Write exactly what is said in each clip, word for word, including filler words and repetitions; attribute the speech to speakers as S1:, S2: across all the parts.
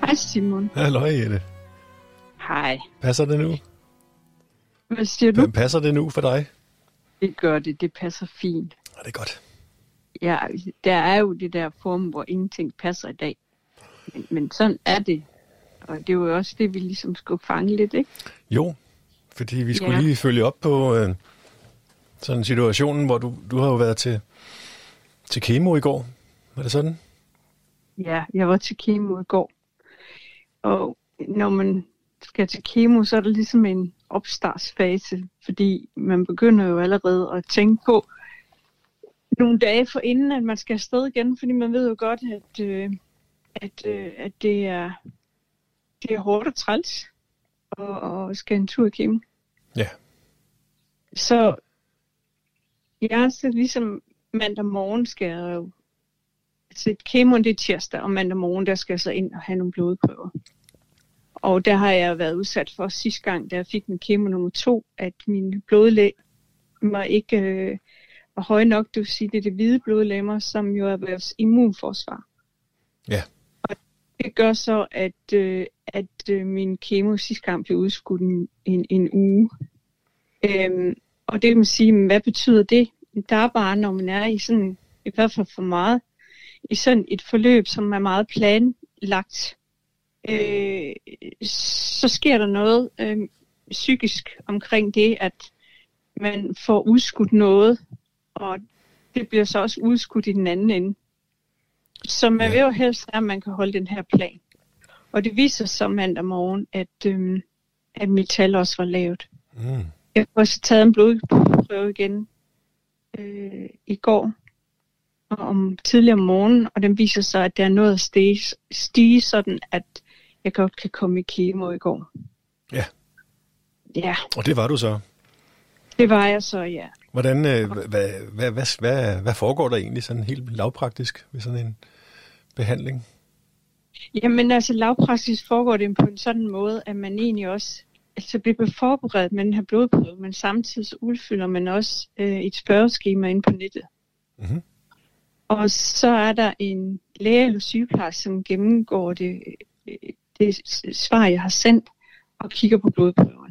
S1: Hej Simon.
S2: Halløj, Jette.
S1: Hej.
S2: Passer det nu?
S1: Hvad siger du?
S2: Passer det nu for dig?
S1: Det gør det. Det passer fint.
S2: Ja, det er godt.
S1: Ja, der er jo det der form, hvor ingenting passer i dag. Men, men sådan er det. Og det er jo også det, vi ligesom skulle fange lidt, ikke?
S2: Jo, fordi vi skulle
S1: Ja.
S2: lige følge op på øh, sådan en situation, hvor du, du har jo været til, til kemo i går. Var det sådan?
S1: Ja, jeg var til kemo i går. Og når man skal til kemo, så er der ligesom en opstartsfase, fordi man begynder jo allerede at tænke på nogle dage for inden, at man skal afsted igen, fordi man ved jo godt, at, øh, at, øh, at det, er, det er hårdt og træls og, og skal en tur i kemo.
S2: Ja.
S1: Så jeg så ligesom mandag morgen skal jeg jo, altså kemoen det er tirsdag, og mandag morgen der skal jeg så ind og have nogle blodprøver. Og der har jeg været udsat for sidste gang, da jeg fik min kemo nummer to, at min blodlegemer ikke øh, var høje nok. Det vil sige, det er det hvide blodlegemer, som jo er vores immunforsvar.
S2: Ja.
S1: Og det gør så, at, øh, at øh, min kemo sidste gang blev udskudt en, en, en uge. Øhm, og det kan man sige, hvad betyder det? Der er bare, når man er i sådan, i hvert fald for meget, i sådan et forløb, som er meget planlagt, øh, så sker der noget øh, psykisk omkring det, at man får udskudt noget, og det bliver så også udskudt i den anden ende. Så man vil jo helst, at man kan holde den her plan. Og det viser sig mandag morgen, at, øh, at mit tal også var lavt.
S2: Mm.
S1: Jeg har også taget en blodprøve igen øh, i går, og om tidligere om morgenen, og den viser sig, at der er noget at stige, stige sådan, at jeg godt kan komme i kemo i går.
S2: Ja.
S1: Ja,
S2: Og det var du så.
S1: det var jeg så, ja.
S2: Hvordan, øh, hvad, hvad, hvad, hvad, hvad foregår der egentlig sådan helt lavpraktisk ved sådan en behandling?
S1: Jamen altså, lavpraktisk foregår det på en sådan måde, at man egentlig også altså bliver forberedt med den her blodprøve, men samtidig så udfylder man også øh, et spørgeskema inde på nettet.
S2: Mm-hmm.
S1: Og så er der en læge eller sygeplejerske, som gennemgår det, det svar, jeg har sendt, og kigger på blodprøverne.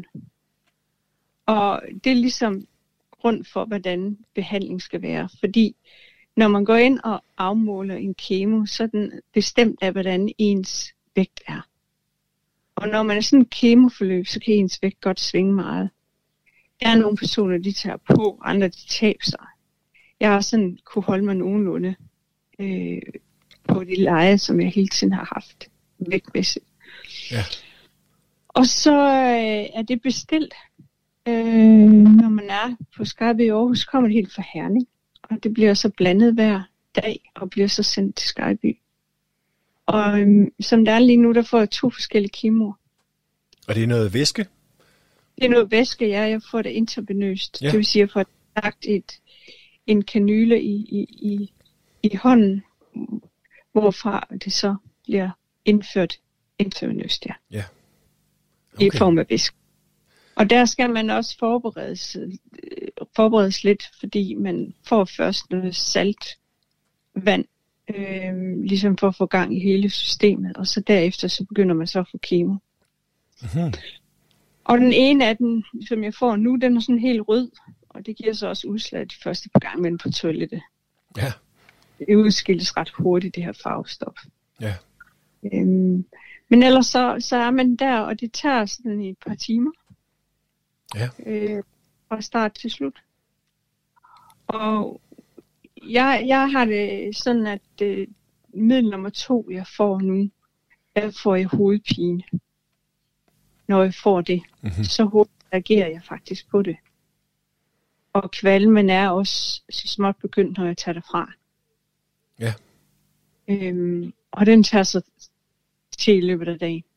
S1: Og det er ligesom grund for, hvordan behandling skal være. Fordi når man går ind og afmåler en kemo, så er den bestemt af, hvordan ens vægt er. Og når man er sådan en kemoforløb, så kan ens vægt godt svinge meget. Der er nogle personer, de tager på, andre de taber sig. Jeg har sådan kunne holde mig nogenlunde øh, på de leje, som jeg hele tiden har haft vægtmæssigt.
S2: Ja.
S1: Og så øh, er det bestilt, øh, når man er på Skype i Aarhus, kommer det helt fra Herning. Og det bliver så blandet hver dag, og bliver så sendt til Skype. Og øhm, som der er lige nu, der får jeg to forskellige kemoer.
S2: Og det er noget væske?
S1: Det er noget væske, ja. Jeg får det intravenøst.
S2: Ja.
S1: Det vil sige, at jeg får lagt et, en kanyle i, i, i, i hånden, hvorfra det så bliver indført intravenøst, ja.
S2: Ja. Okay.
S1: I form af væske. Og der skal man også forberedes, øh, forberedes lidt, fordi man får først noget salt vand, øh, ligesom for at få gang i hele systemet, og så derefter så begynder man så at få kemo.
S2: Mm-hmm.
S1: Og den ene af den, som jeg får nu, den er sådan helt rød, og det giver så også udslag de første par gange, men på toilettet.
S2: Ja.
S1: Det udskilles ret hurtigt, det her farvestof.
S2: Ja.
S1: Øhm, men ellers så, så er man der, og det tager sådan et par timer.
S2: Ja.
S1: Øh, fra start til slut. Og jeg, jeg har det sådan, at øh, middel nummer to, jeg får nu, der får jeg hovedpine. Når jeg får det,
S2: Mm-hmm.
S1: så hurtigt reagerer jeg faktisk på det. Og kvalmen er også så småt begyndt, når jeg tager det fra.
S2: Ja.
S1: Øhm, og den tager så til i løbet af dagen.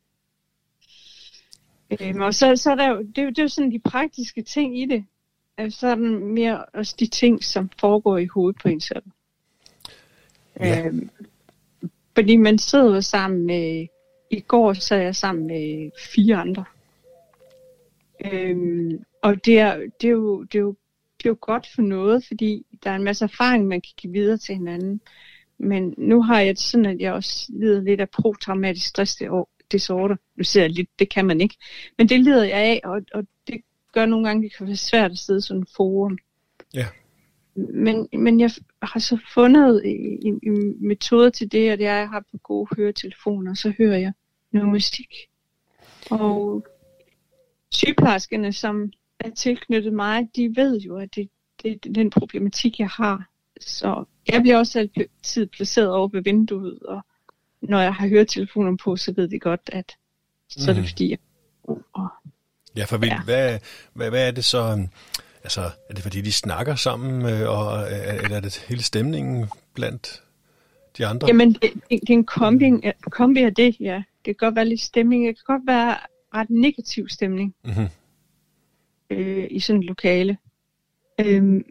S1: Øhm, og så, så er der jo, det, er jo- det er jo sådan de praktiske ting i det. Altså, så er der mere også de ting, som foregår i hovedet på en selv.
S2: Ja.
S1: Øhm, fordi man sidder jo sammen med, i går så er jeg sammen med fire andre. Øhm, og det er, det, er jo, det, er jo, det er jo godt for noget, fordi der er en masse erfaring, man kan give videre til hinanden. Men nu har jeg det sådan, at jeg også lider lidt af posttraumatisk stressdisorder. Nu siger jeg lidt, det kan man ikke. Men det lider jeg af, og, og det gør nogle gange, det kan være svært at sidde i sådan en forum.
S2: Ja.
S1: Men, men jeg har så fundet i, i, i metoder til det, at jeg har på gode høretelefoner, så hører jeg noget musik. Og sygeplejerskerne, som er tilknyttet mig, de ved jo, at det, det er den problematik, jeg har. Så jeg bliver også altid placeret over ved vinduet, og når jeg har høretelefoner på, så ved de godt, at så er det fordi, jeg... Og,
S2: ja, for ja. Hvad, hvad, hvad er det så... Altså, er det fordi, de snakker sammen, og eller er det hele stemningen blandt de andre?
S1: Jamen, det, det er en kombi, kombi af det, ja. Det kan godt være lidt stemning. Det kan godt være ret negativ stemning
S2: mm-hmm.
S1: øh, i sådan et lokale. Øhm,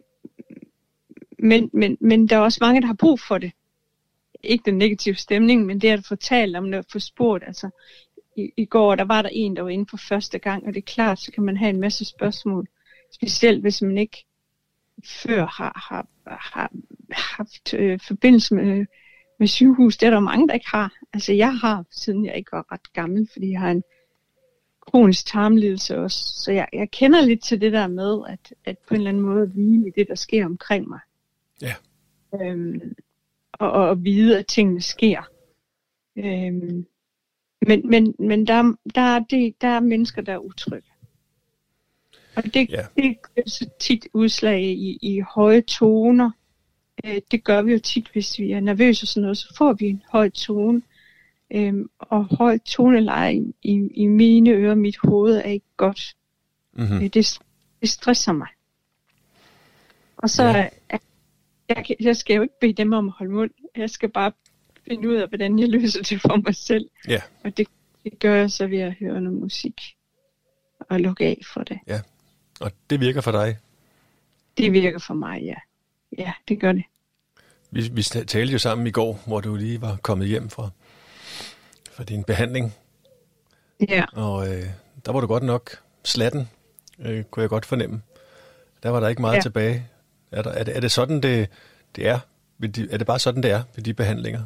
S1: men, men, men der er også mange, der har brug for det. Ikke den negative stemning, men det at få talt om det og få spurgt. Altså, i, i går der var der en, der var inde for første gang, og det er klart, så kan man have en masse spørgsmål. Specielt hvis man ikke før har, har, har haft øh, forbindelse med, med sygehus. Det er der mange, der ikke har. Altså jeg har, siden jeg ikke var ret gammel, fordi jeg har en kronisk tarmlidelse også. Så jeg, jeg kender lidt til det der med, at, at på en eller anden måde hvile i det, der sker omkring mig.
S2: Ja.
S1: Øhm, og, og vide, at tingene sker. Øhm, men men, men der, der, er det, der er mennesker, der er utrygge. Og det,
S2: ja.
S1: det er så tit udslag i, i høje toner. Øh, det gør vi jo tit, hvis vi er nervøse og sådan noget, så får vi en høj tone. Øhm, og høj toneleje i, i, i mine ører, mit hoved er ikke godt.
S2: Mm-hmm.
S1: Øh, det, det stresser mig. Og så ja. jeg, jeg, jeg skal jo ikke bede dem om at holde mund. Jeg skal bare finde ud af, hvordan jeg løser det for mig selv.
S2: Ja.
S1: Og det, det gør jeg så ved at høre noget musik og lukke af for det.
S2: Ja. Og det virker for dig?
S1: Det virker for mig, ja. Ja, det gør det.
S2: Vi, vi talte jo sammen i går, hvor du lige var kommet hjem fra, fra din behandling.
S1: Ja.
S2: Og øh, der var du godt nok slatten, øh, kunne jeg godt fornemme. Der var der ikke meget ja. tilbage. Er, der, er, det, er det sådan, det, det er? Er det bare sådan, det er ved de behandlinger?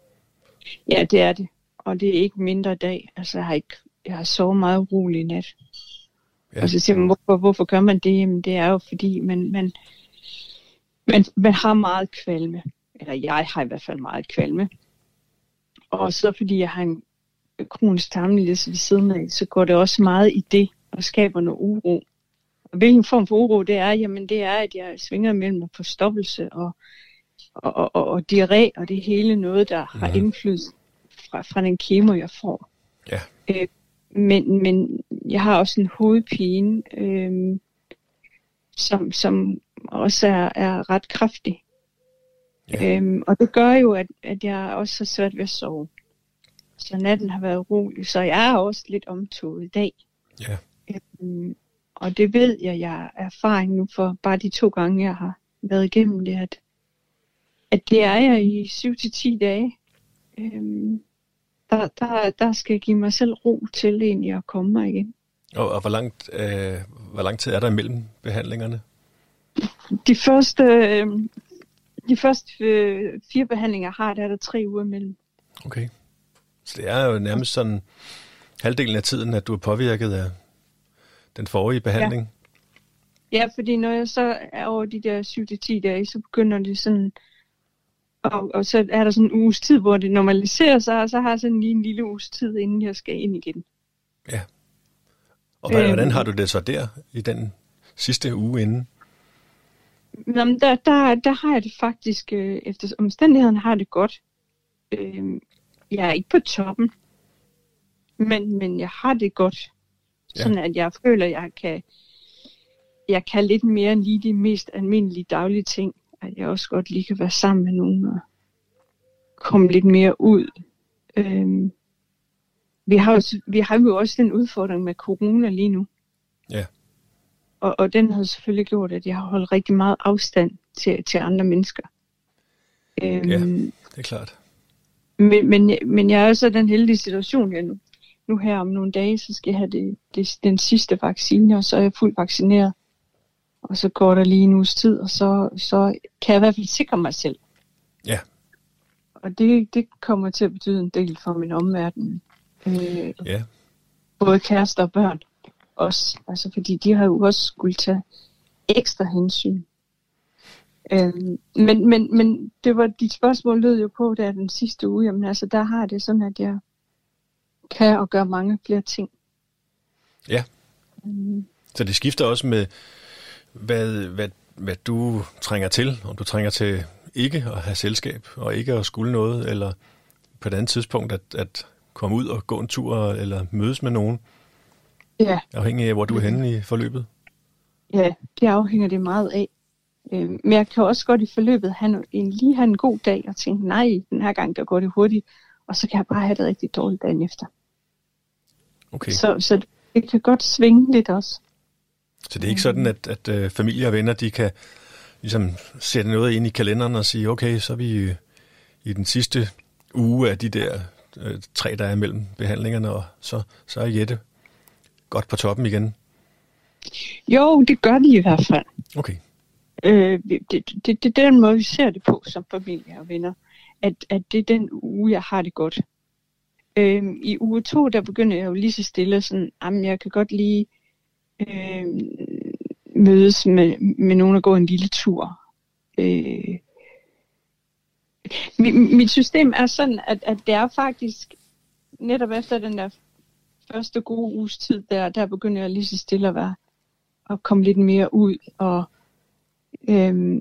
S1: Ja, det er det. Og det er ikke mindre i dag. Altså, jeg har, ikke, jeg har sovet meget urolig i nat. Ja. Og så siger man, hvorfor, hvorfor gør man det? Jamen, det er jo fordi, man, man, man, man har meget kvalme. Eller jeg har i hvert fald meget kvalme. Og så fordi jeg har en kronisk tarmlidelse ved siden af, så går det også meget i det, og skaber noget uro. Og hvilken form for uro det er? Jamen, det er, at jeg svinger mellem forstoppelse og, og, og, og, og diarré, og det er hele noget, der mm-hmm. har indflydelse fra, fra den kemo, jeg får.
S2: Ja.
S1: Øh, Men, men jeg har også en hovedpine, øh, som, som også er, er ret kraftig. Ja. Øh, og det gør jo, at, at jeg også har svært ved at sove. Så natten har været rolig, så jeg er også lidt omtoget i dag.
S2: Ja.
S1: Øh, og det ved jeg, jeg har erfaring nu for bare de to gange, jeg har været igennem det, at, at det er jeg i syv til ti dage. Øh, Der, der, der skal jeg give mig selv ro til egentlig at komme mig igen.
S2: Og, og hvor, langt, øh, hvor lang tid er der imellem behandlingerne?
S1: De første, øh, de første øh, fire behandlinger har, der er der tre uger imellem.
S2: Okay. Så det er jo nærmest sådan halvdelen af tiden, at du er påvirket af den forrige behandling?
S1: Ja, ja, fordi når jeg så er over de der syv til ti dage, så begynder det sådan... Og, og så er der sådan en uges tid, hvor det normaliserer sig, og så har jeg sådan lige en lille uges tid, inden jeg skal ind igen.
S2: Ja. Og hvad, øh, hvordan har du det så der, i den sidste uge inden?
S1: Jamen, der, der, der har jeg det faktisk, øh, efter omstændighederne har jeg det godt. Øh, jeg er ikke på toppen, men, men jeg har det godt. Ja. Sådan at jeg føler, at jeg kan, jeg kan lidt mere end lige de mest almindelige daglige ting. At jeg også godt lige kan være sammen med nogen og komme lidt mere ud. Øhm, vi, har jo, vi har jo også den udfordring med corona lige nu.
S2: Ja.
S1: Og, og den har selvfølgelig gjort, at jeg har holdt rigtig meget afstand til, til andre mennesker. Øhm,
S2: ja, det er klart.
S1: Men, men, men jeg er også i den heldige situation her nu. Nu her om nogle dage, så skal jeg have det, det, den sidste vaccine, og så er jeg fuldt vaccineret. Og så går der lige en uges tid, og så, så kan jeg i hvert fald sikre mig selv.
S2: Ja.
S1: og det, det kommer til at betyde en del for min omverden. Øh,
S2: ja.
S1: Både kærester og børn også. Altså, fordi de har jo også skulle tage ekstra hensyn. Øh, men, men, men det var dit spørgsmål lød jo på, der den sidste uge. Jamen altså, der har det sådan, at jeg kan og gøre mange flere ting.
S2: Ja. Mm. Så det skifter også med, hvad, hvad, hvad du trænger til. Om du trænger til ikke at have selskab, og ikke at skulle noget, eller på et andet tidspunkt at, at komme ud og gå en tur, eller mødes med nogen.
S1: Ja.
S2: Afhængig af, hvor du er henne i forløbet.
S1: Ja, det afhænger det meget af. Men jeg kan også godt i forløbet have en, lige have en god dag, og tænke, nej, den her gang der går det hurtigt, og så kan jeg bare have det rigtig dårligt dagen efter.
S2: Okay.
S1: Så, så det kan godt svinge lidt også.
S2: Så det er ikke sådan, at, at uh, familie og venner, de kan ligesom sætte noget ind i kalenderen og sige, okay, så er vi i den sidste uge af de der uh, tre, der er mellem behandlingerne, og så, så er Jette godt på toppen igen?
S1: Jo, det gør de i hvert fald.
S2: Okay.
S1: Øh, det, det, det, det er den måde, vi ser det på som familie og venner. At, at det er den uge, jeg har det godt. Øh, I uge to, der begynder jeg jo lige så stille, sådan, jamen jeg kan godt lige øh, mødes med, med nogen og gå en lille tur. Øh, mit, mit system er sådan, at, at det er faktisk netop efter den der første gode uges tid, der, der begynder jeg lige så stille at være, at komme lidt mere ud, og øhm,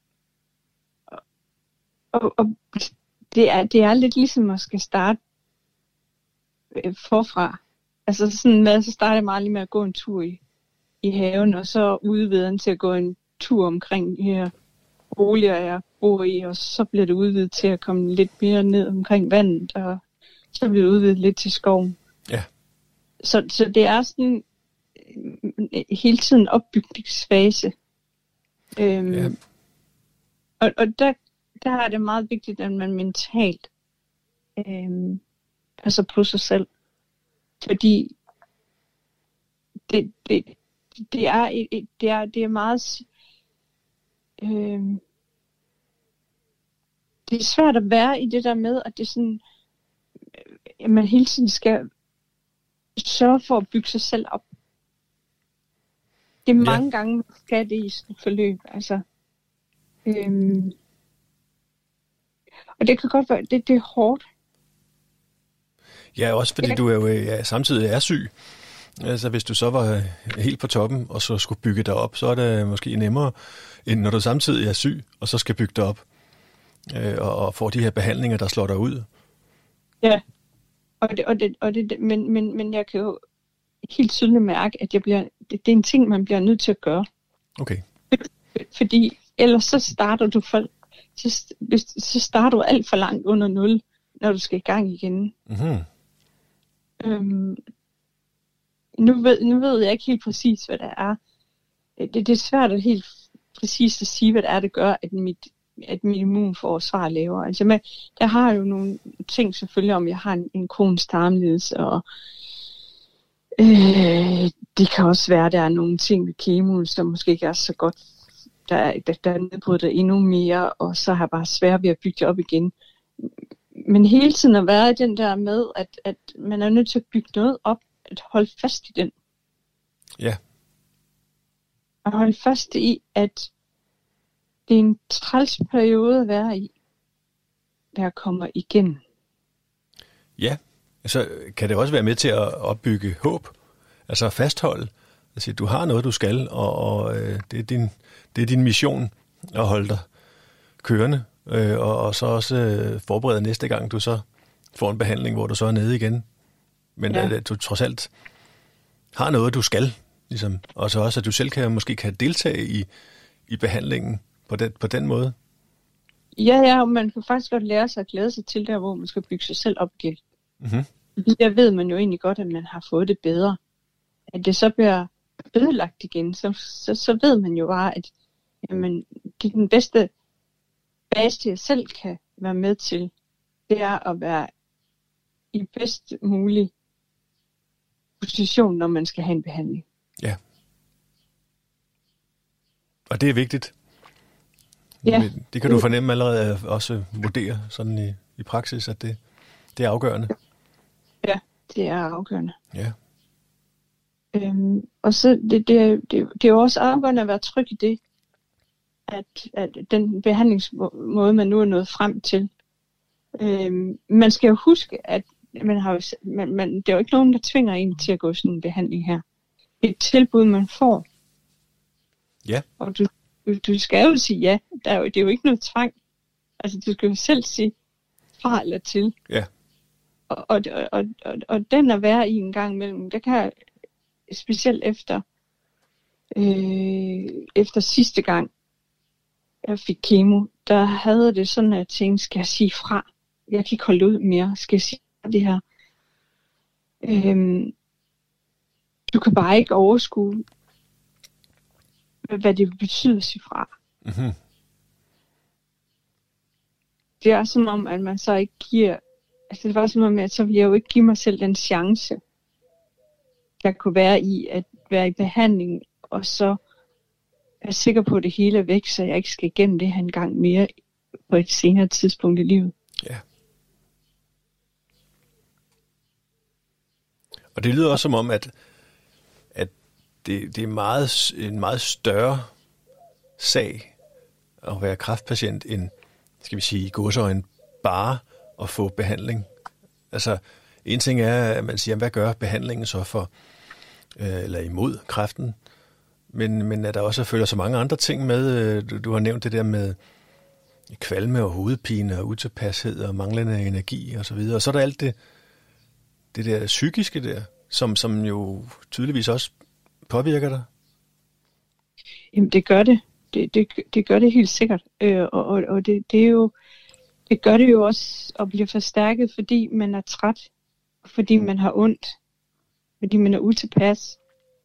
S1: og, og det, er, det er lidt ligesom at skal starte øh, forfra. Altså sådan med, så starter jeg meget lige med at gå en tur i, i haven, og så udvider den til at gå en tur omkring de her boliger, jeg bor i, og så bliver det udvidet til at komme lidt mere ned omkring vandet, og så bliver det udvidet lidt til skoven.
S2: Ja.
S1: Så, så det er sådan øh, hele tiden en opbygningsfase. Øhm,
S2: ja.
S1: Og, og der, der er det meget vigtigt, at man mentalt øhm, passer på sig selv. Fordi det, det, det, er, det, er, det er meget... Øhm, det er svært at være i det der med, at det er sådan, at man hele tiden skal sørge for at bygge sig selv op. Det er mange ja. gange, man skal det i sådan et forløb. Altså, øhm, og det kan godt være, det, det er hårdt.
S2: Ja, også fordi ja. du er jo ja, samtidig er syg. Altså hvis du så var helt på toppen, og så skulle bygge dig op, så er det måske nemmere, end når du samtidig er syg, og så skal bygge dig op, øh, og, og får de her behandlinger, der slår dig ud. Ja,
S1: og det, og det, og det, men, men, men jeg kan jo helt tydeligt mærke, at jeg bliver, det, det er en ting, man bliver nødt til at gøre.
S2: Okay.
S1: Fordi ellers så starter du for, så, så starter du alt for langt under nul, når du skal i gang igen.
S2: Mm-hmm.
S1: Øhm, nu, ved, nu ved jeg ikke helt præcis, hvad det er. Det, det er svært at helt præcis at sige, hvad det er, det gør, at mit, at mit immunforsvar er lavere. Altså, med, der har jo nogle ting selvfølgelig, om jeg har en, en kronisk tarmlidelse, og øh, det kan også være, at der er nogle ting med kemoen, som måske ikke er så godt. Der er, der, der er nedbrudt endnu mere, og så har jeg bare svært ved at bygge det op igen. Men hele tiden at være den der med, at, at man er nødt til at bygge noget op, at holde fast i den.
S2: Ja.
S1: Og holde fast i, at det er en træls periode at være i, der kommer igen.
S2: Ja, så kan det også være med til at opbygge håb, altså at fastholde. Altså, du har noget, du skal, og, og øh, det, er din, det er din mission at holde dig kørende, øh, og, og så også øh, forberede næste gang, du så får en behandling, hvor du så er nede igen. Men ja. at du trods alt har noget, du skal, ligesom, og så også, at du selv kan, måske kan deltage i, i behandlingen på den, på den måde.
S1: Ja, ja, og man kan faktisk godt lære sig at glæde sig til der, hvor man skal bygge sig selv op igen.
S2: Mm-hmm.
S1: Der ved man jo egentlig godt, at man har fået det bedre. At det så bliver ødelagt igen, så, så, så ved man jo bare, at jamen, det er den bedste base, jeg selv kan være med til. Det er at være i bedst mulig position, når man skal have en behandling.
S2: Ja. Og det er vigtigt.
S1: Ja.
S2: Men det kan du fornemme allerede også vurdere sådan i, i praksis, at det, det er afgørende.
S1: Ja, det er afgørende.
S2: Ja.
S1: Øhm, og så det, det, det, det er jo også afgørende at være tryg i det, at, at den behandlingsmåde, man nu er nået frem til. Øhm, man skal jo huske, at man har jo, man, man, det er jo ikke nogen, der tvinger en til at gå sådan en behandling her. Det er et tilbud, man får.
S2: Ja.
S1: Og du, du skal jo sige ja. Der er jo, det er jo ikke noget tvang. Altså, du skal jo selv sige fra eller til.
S2: Ja.
S1: Og, og, og, og, og den at være i en gang imellem, der kan specielt efter øh, efter sidste gang, jeg fik kemo, der havde det sådan, at jeg tænkte, skal jeg sige fra? Jeg kan ikke holde ud mere. Skal jeg sige det her? Øhm, du kan bare ikke overskue, hvad det betyder at sige fra.
S2: Mm-hmm.
S1: Det er som om, at man så ikke giver, altså det var som om, at så vil jeg jo ikke give mig selv den chance, der kunne være i at være i behandling, og så er sikker på, at det hele er væk, så jeg ikke skal igennem det her en gang mere på et senere tidspunkt i livet.
S2: Ja. Og det lyder også som om, at, at det, det er meget, en meget større sag at være kræftpatient, end, skal vi sige, i gåseøjne, bare at få behandling. Altså, en ting er, at man siger, hvad gør behandlingen så for, øh, eller imod kræften? Men, men at der også følger så mange andre ting med. Du, du har nævnt det der med kvalme og hovedpine og utilpashed og manglende energi og så videre. Og så er der alt det, det der psykiske der, som, som jo tydeligvis også påvirker dig.
S1: Jamen det gør det. Det, det, det gør det helt sikkert. Øh, og og, og det, det, er jo, det gør det jo også at blive forstærket, fordi man er træt, fordi man har ondt, fordi man er utilpas.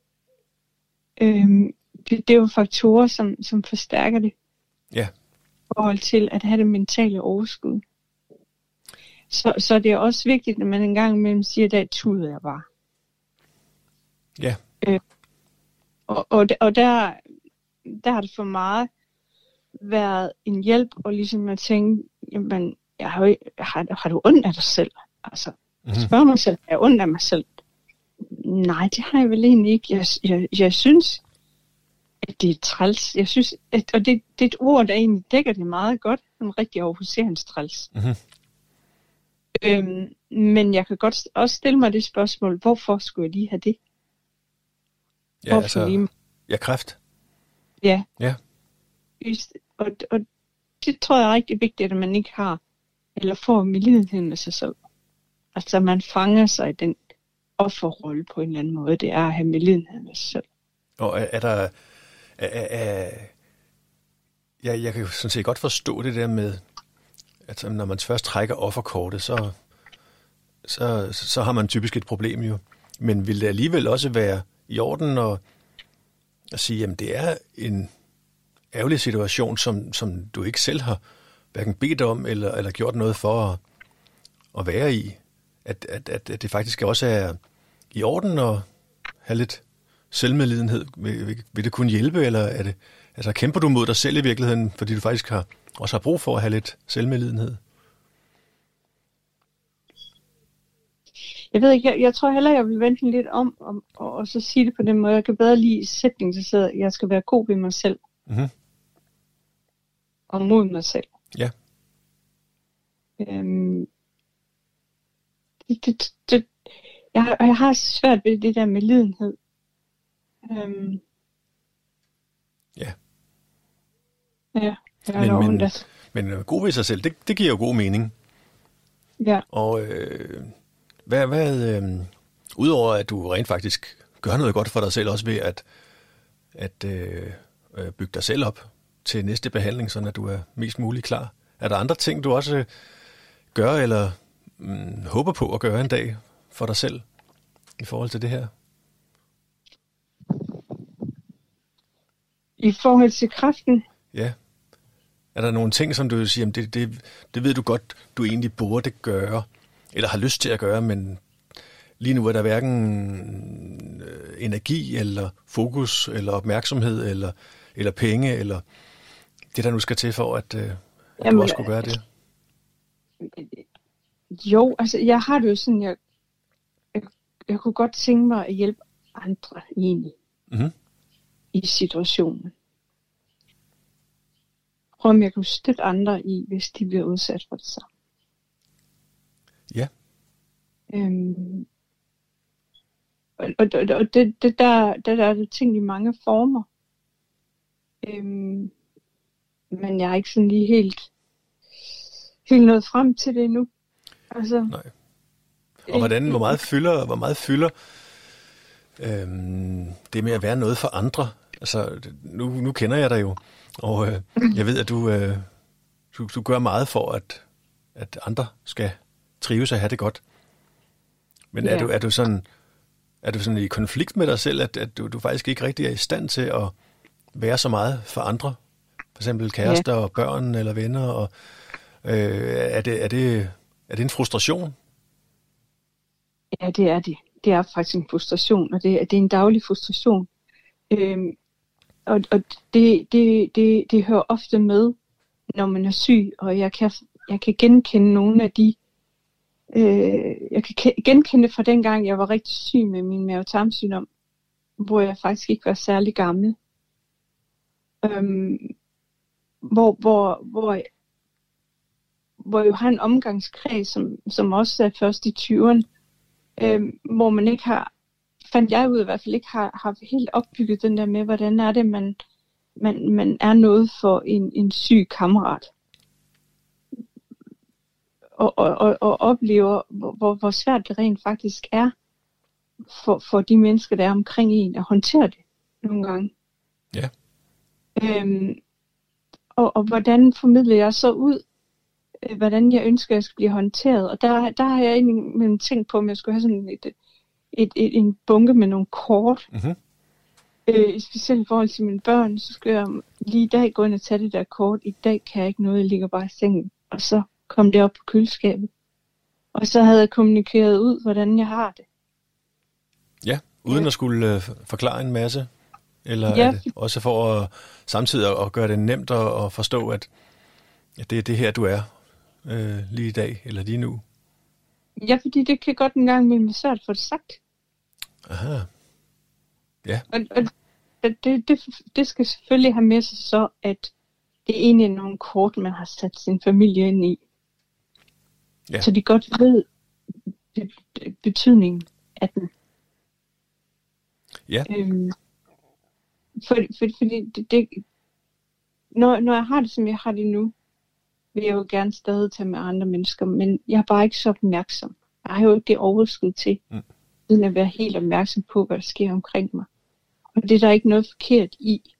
S1: Øhm, det, det er jo faktorer, som, som forstærker det.
S2: Ja.
S1: I forhold til at have det mentale overskud. Så, så det er også vigtigt, at man en gang imellem siger, at der tuder jeg bare.
S2: Ja.
S1: Øh, og og, og der, der har det for meget været en hjælp, og ligesom at tænke, jamen, jeg har, jo, har, har du ondt af dig selv? Altså, mm-hmm. spørg mig selv, er jeg ondt af mig selv? Nej, det har jeg vel egentlig ikke. Jeg, jeg, jeg synes, at det er træls. Jeg synes, at, og det, det er et ord, der egentlig dækker det meget godt. En rigtig aarhusiansk træls. Mm-hmm. Øhm, men jeg kan godt også stille mig det spørgsmål, hvorfor skulle jeg lige have det?
S2: Ja, hvorfor altså, lige... ja, kræft.
S1: Ja.
S2: Ja.
S1: Og, og det tror jeg er rigtig vigtigt, at man ikke har, eller får medlidenhed med sig selv. Altså, man fanger sig i den offerrolle på en eller anden måde. Det er at have medlidenhed med sig selv.
S2: Og er, er der... Er, er, ja, jeg kan sådan set godt forstå det der med, at når man først trækker offerkortet, så, så, så har man typisk et problem jo. Men vil det alligevel også være i orden at, at sige, at det er en ærgerlig situation, som, som du ikke selv har hverken bedt om eller, eller gjort noget for at, at være i? At, at, at, at det faktisk også er i orden at have lidt selvmedlidenhed? Vil, vil, vil det kunne hjælpe, eller er det, altså, kæmper du mod dig selv i virkeligheden, fordi du faktisk har, også har brug for at have lidt selvmedlidenhed?
S1: Jeg ved ikke, jeg, jeg tror heller, jeg vil vente lidt om, om og, og så sige det på den måde. Jeg kan bedre lide sætningen, så sidder, jeg skal være god ved mig selv. Mm-hmm. Og mod mig selv.
S2: Ja.
S1: Øhm, det, det, det, jeg, jeg har svært ved det der med lidenhed. Øhm,
S2: ja.
S1: Ja.
S2: Men, men, men god ved sig selv, det, det giver jo god mening.
S1: Ja.
S2: Og øh, hvad, hvad øh, udover at du rent faktisk gør noget godt for dig selv, også ved at, at øh, bygge dig selv op til næste behandling, sådan at du er mest muligt klar. Er der andre ting, du også gør, eller mm, håber på at gøre en dag for dig selv, i forhold til det her?
S1: I forhold til kræften?
S2: Ja. Er der nogle ting, som du siger, det, det, det ved du godt, du egentlig burde gøre, eller har lyst til at gøre, men lige nu er der hverken energi, eller fokus, eller opmærksomhed, eller, eller penge, eller det, der nu skal til for, at, øh, at
S1: Jamen,
S2: du også skulle gøre det?
S1: Jo, altså jeg har det jo sådan, jeg, jeg, jeg kunne godt tænke mig at hjælpe andre egentlig
S2: Mm-hmm.
S1: i situationen. Prøv om jeg kunne støtte andre i, hvis de bliver udsat for det samme.
S2: Ja.
S1: Øhm, og og, og det, det der, der, der er det ting i mange former. Øhm, men jeg er ikke sådan lige helt, helt nået frem til det endnu. Altså,
S2: Nej. Og hvordan, hvor meget fylder, hvor meget fylder øhm, det med at være noget for andre? Altså, nu, nu kender jeg dig jo, og øh, jeg ved, at du, øh, du, du gør meget for, at, at andre skal trives og have det godt. Men
S1: ja.
S2: er, du, er, du sådan, er du sådan i konflikt med dig selv, at, at du, du faktisk ikke rigtig er i stand til at være så meget for andre? For eksempel kærester ja. og børn eller venner. Og, øh, er, det, er, det, er det en frustration?
S1: Ja, det er det. Det er faktisk en frustration, og det, det er en daglig frustration. Øhm, og og det, det, det, det hører ofte med, når man er syg, og jeg kan, jeg kan genkende nogle af de, øh, jeg kan genkende fra dengang, jeg var rigtig syg med min mavetarmsygdom, hvor jeg faktisk ikke var særlig gammel. Øhm, hvor, hvor, hvor, hvor jeg har en omgangskreds, som, som også er først i tyverne, øhm, hvor man ikke har, fandt jeg ud i hvert fald ikke, har, har helt opbygget den der med, hvordan er det, man, man, man er noget for en, en syg kammerat. Og, og, og, og oplever, hvor, hvor svært det rent faktisk er for, for de mennesker, der er omkring en, at håndtere det nogle gange.
S2: Ja.
S1: Øhm, og, og hvordan formidler jeg så ud, øh, hvordan jeg ønsker, at jeg skal blive håndteret. Og der, der har jeg egentlig tænkt på, om jeg skulle have sådan et, et, et, en bunke med nogle kort.
S2: Mm-hmm.
S1: Øh, specielt i forhold til mine børn, så skal jeg lige i dag gå ind og tage det der kort. I dag kan jeg ikke noget, jeg ligger bare i sengen. Og så kom det op på køleskabet. Og så havde jeg kommunikeret ud, hvordan jeg har det.
S2: Ja, uden ja. at skulle øh, forklare en masse? Eller
S1: ja.
S2: er det også for at samtidig at gøre det nemt at, at forstå, at, at det er det her, du er øh, lige i dag, eller lige nu?
S1: Ja, fordi det kan godt en gang imellem være svært at få det sagt.
S2: Aha. Ja.
S1: Og, og det, det, det skal selvfølgelig have med sig så, at det er egentlig nogle kort, man har sat sin familie ind i. Ja. Så de godt ved betydningen af den.
S2: Ja.
S1: Øhm, for, for, fordi det, det, når, når jeg har det, som jeg har det nu, vil jeg jo gerne stadig tage med andre mennesker, men jeg er bare ikke så opmærksom. Jeg har jo ikke det overskud til, mm. uden at være helt opmærksom på, hvad der sker omkring mig. Og det er der ikke noget forkert i.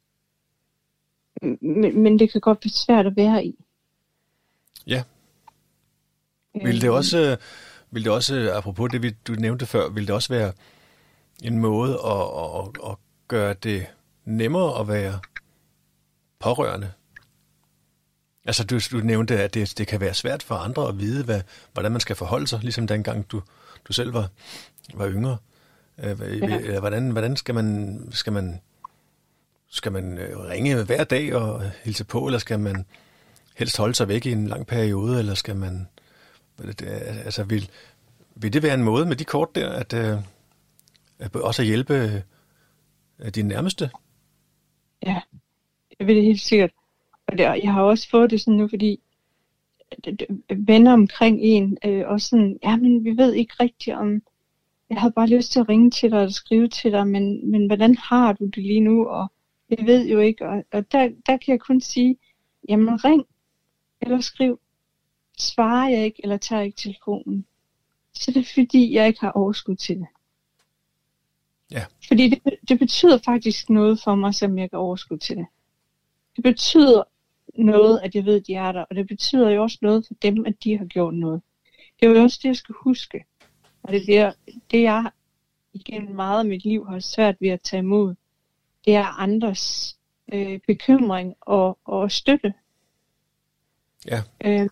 S1: Men, men det kan godt blive svært at være i.
S2: Ja. Vil det også, vil det også apropos det, du nævnte før, vil det også være en måde at, at, at gøre det nemmere at være pårørende? Altså, du, du nævnte, at det, det kan være svært for andre at vide, hvad, hvordan man skal forholde sig, ligesom dengang du, du selv var, var yngre. Ja. Hvordan, hvordan skal man, skal man, skal man ringe hver dag og hilse på, eller skal man helst holde sig væk i en lang periode, eller skal man, altså vil, vil det være en måde med de kort der, at, at også at hjælpe dine nærmeste?
S1: Ja, jeg ved det helt sikkert. Og det, jeg har også fået det sådan nu, fordi venner omkring en, øh, og sådan, ja, men vi ved ikke rigtigt om, jeg havde bare lyst til at ringe til dig og skrive til dig, men, men hvordan har du det lige nu? Og jeg ved jo ikke, og, og der, der kan jeg kun sige, jamen ring eller skriv. Svarer jeg ikke, eller tager ikke telefonen, så det er fordi, jeg ikke har overskud til det.
S2: Ja.
S1: Fordi det, det betyder faktisk noget for mig, som jeg kan overskud til det. Det betyder noget, at jeg ved, at de er der, og det betyder jo også noget for dem, at de har gjort noget. Det er jo også det, jeg skal huske. Og det, er det jeg igennem meget af mit liv har svært ved at tage imod, det er andres øh, bekymring og, og støtte.
S2: Ja.
S1: Øh,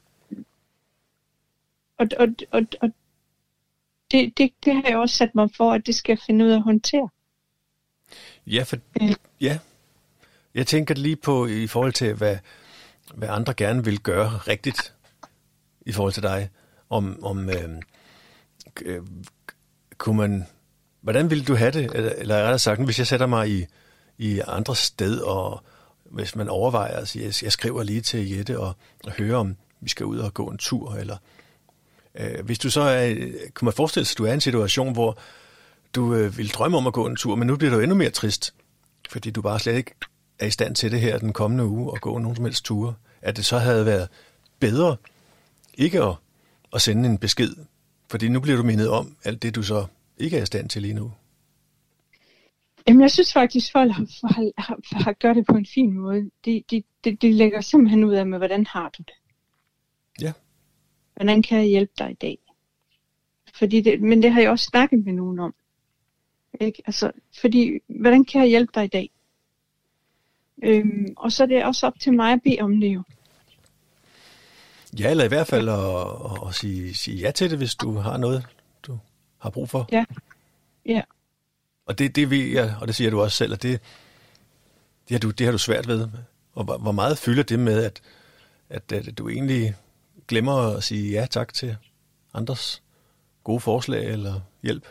S1: og og, og, og det, det, det har jeg også sat mig for, at det skal jeg finde ud af at håndtere.
S2: Ja, for, øh. ja. Jeg tænker lige på i forhold til, hvad, hvad andre gerne vil gøre rigtigt i forhold til dig. Om, om øh, øh, kunne man, hvordan ville du have det? Eller, eller rettere sagt, hvis jeg sætter mig i, i andre sted, og hvis man overvejer at sige, jeg skriver lige til Jette og, og hører, om vi skal ud og gå en tur, eller øh, hvis du så er, kunne man forestille sig, at du er i en situation, hvor du øh, vil drømme om at gå en tur, men nu bliver du endnu mere trist, fordi du bare slet ikke er i stand til det her den kommende uge og gå nogen som helst ture, at det så havde været bedre ikke at, at sende en besked, fordi nu bliver du mindet om alt det, du så ikke er i stand til lige nu.
S1: Jamen, jeg synes faktisk, folk har, har, har, har gjort det på en fin måde. De, de, de, de lægger simpelthen ud af med, hvordan har du det?
S2: Ja.
S1: Hvordan kan jeg hjælpe dig i dag? Fordi det, men det har jeg også snakket med nogen om. Ikke? Altså, fordi, hvordan kan jeg hjælpe dig i dag? Øhm, og så er det også op til mig at bede om det jo.
S2: Ja, eller i hvert fald at, at, at sige, sige ja til det, hvis du har noget, du har brug for.
S1: Ja, ja.
S2: Og det, det ved jeg, og det siger du også selv, at det, det, har, du, det har du svært ved. Og hvor meget fylder det med, at, at, at du egentlig glemmer at sige ja tak til andres gode forslag eller hjælp?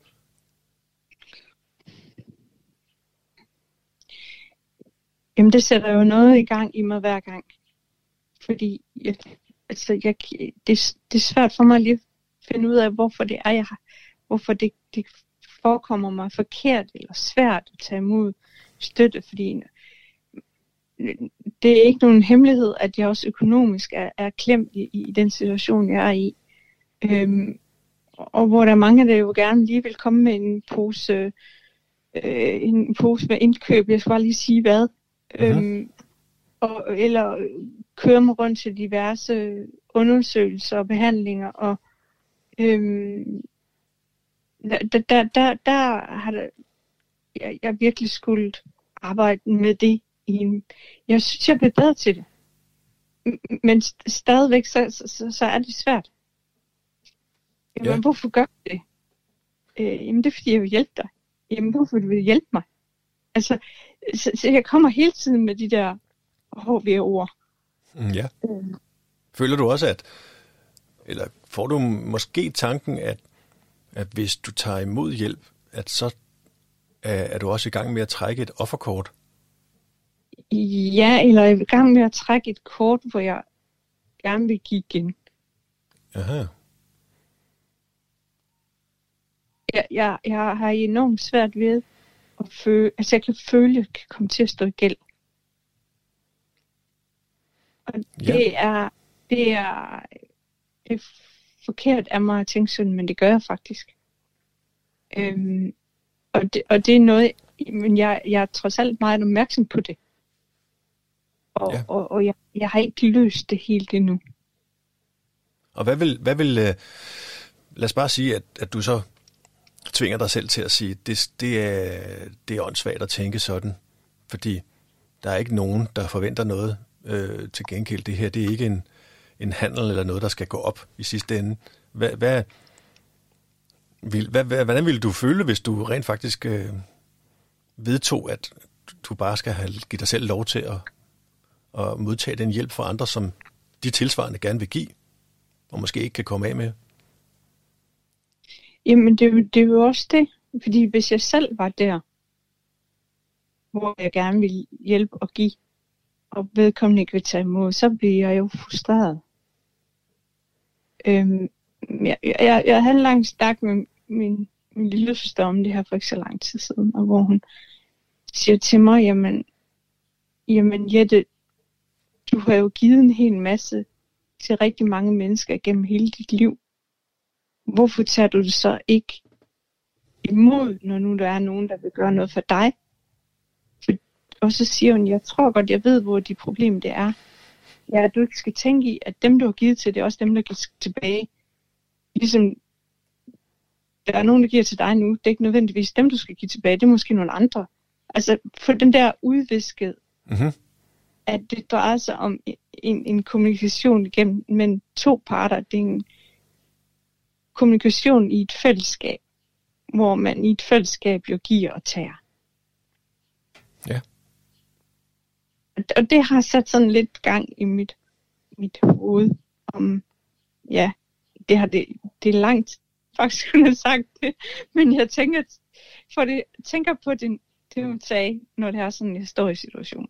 S1: Jamen, det sætter jo noget i gang i mig hver gang. Fordi jeg, altså, jeg, det, det er svært for mig lige at finde ud af, hvorfor det er, jeg har, hvorfor det, det forekommer mig forkert eller svært at tage imod støtte, fordi det er ikke nogen hemmelighed, at jeg også økonomisk er, er klemt i, i den situation, jeg er i. Øhm, og hvor der er mange, der jo gerne lige vil komme med en pose, øh, en pose med indkøb. Jeg skal bare lige sige hvad. Mm-hmm. Øhm, og, eller køre mig rundt til diverse undersøgelser og behandlinger. Og øhm, der, der, der, der har der, jeg, jeg virkelig skulle arbejde med det. I en, jeg synes, jeg bliver bedre til det. Men stadigvæk, så, så, så er det svært. Jamen, ja. Hvorfor gør du det? Øh, jamen, det er, fordi jeg vil hjælpe dig. Jamen, hvorfor vil du hjælpe mig? Altså, så, så jeg kommer hele tiden med de der H V-ord.
S2: Mm, ja. Øh. Føler du også, at, eller får du måske tanken, at, at hvis du tager imod hjælp, at så er, er du også i gang med at trække et offerkort?
S1: Ja, eller jeg er i gang med at trække et kort, hvor jeg gerne vil give igen.
S2: Aha.
S1: Jeg, jeg, jeg har enormt svært ved at føle, altså jeg kan føle, at jeg kan komme til at stå i gæld. Og det, ja. er, det er, det er forkert af mig at tænke sådan, men det gør jeg faktisk. Øhm, og, det, og det er noget, men jeg, jeg er trods alt meget opmærksom på det. Og, ja. og, og jeg, jeg har ikke løst det helt endnu.
S2: Og hvad vil, hvad vil uh, lad os bare sige, at, at du så tvinger dig selv til at sige, det, det, er, det er åndssvagt at tænke sådan, fordi der er ikke nogen, der forventer noget øh, til gengæld. Det her, det er ikke en, en handel eller noget, der skal gå op i sidste ende. Hvad, hvad, vil, hvad, hvad, hvordan ville du føle, hvis du rent faktisk øh, vedtog, at du bare skal have, give dig selv lov til at, at modtage den hjælp fra andre, som de tilsvarende gerne vil give, og måske ikke kan komme af med?
S1: Jamen, det, det er jo også det. Fordi hvis jeg selv var der, hvor jeg gerne ville hjælpe og give, og vedkommende ikke vil tage imod, så bliver jeg jo frustreret. Øhm, jeg, jeg, jeg havde en lang snak med min, min lille søster om det her for ikke så lang tid siden, og hvor hun siger til mig, jamen, jamen Jette, du har jo givet en hel masse til rigtig mange mennesker gennem hele dit liv. Hvorfor tager du det så ikke imod, når nu der er nogen, der vil gøre noget for dig? For, og så siger hun, jeg tror godt, jeg ved, hvor dit problem det er. Ja, du ikke skal tænke i, at dem, du har givet til, det er også dem, der giver tilbage. Ligesom, der er nogen, der giver til dig nu, det er ikke nødvendigvis dem, du skal give tilbage, det er måske nogle andre. Altså, for den der udvisket, mm-hmm. at det drejer sig om en, en kommunikation igennem mellem to parter, det er en kommunikation i et fællesskab, hvor man i et fællesskab jo giver og tager.
S2: Ja.
S1: Og det har sat sådan lidt gang i mit, mit hoved. Om, ja, det har det, det er langt, faktisk kunne have sagt det. Men jeg tænker, for det, tænker på det, det, hun sagde, når det er sådan en historisk situation.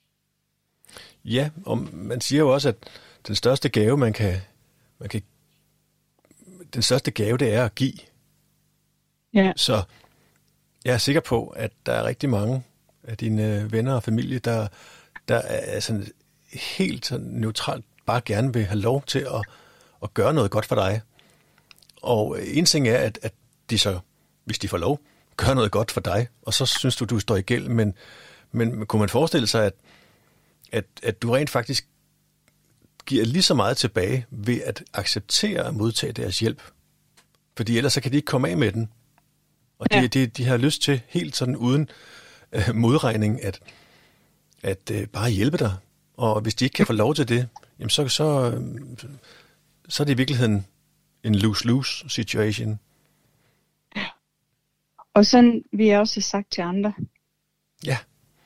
S2: Ja, og man siger jo også, at den største gave, man kan, man kan den største gave, det er at give.
S1: Ja.
S2: Så jeg er sikker på, at der er rigtig mange af dine venner og familie, der, der er sådan helt sådan neutralt bare gerne vil have lov til at, at gøre noget godt for dig. Og en ting er, at, at de så, hvis de får lov, gør noget godt for dig, og så synes du, du står i gæld, men, men kunne man forestille sig, at, at, at du rent faktisk giver lige så meget tilbage ved at acceptere at modtage deres hjælp? Fordi ellers så kan de ikke komme af med den. Og de, ja. de, de har lyst til helt sådan uden øh, modregning at, at øh, bare hjælpe dig. Og hvis de ikke kan få lov til det, jamen så, så, øh, så er det i virkeligheden en lose-lose situation.
S1: Ja. Og sådan vil jeg også have sagt til andre.
S2: Ja.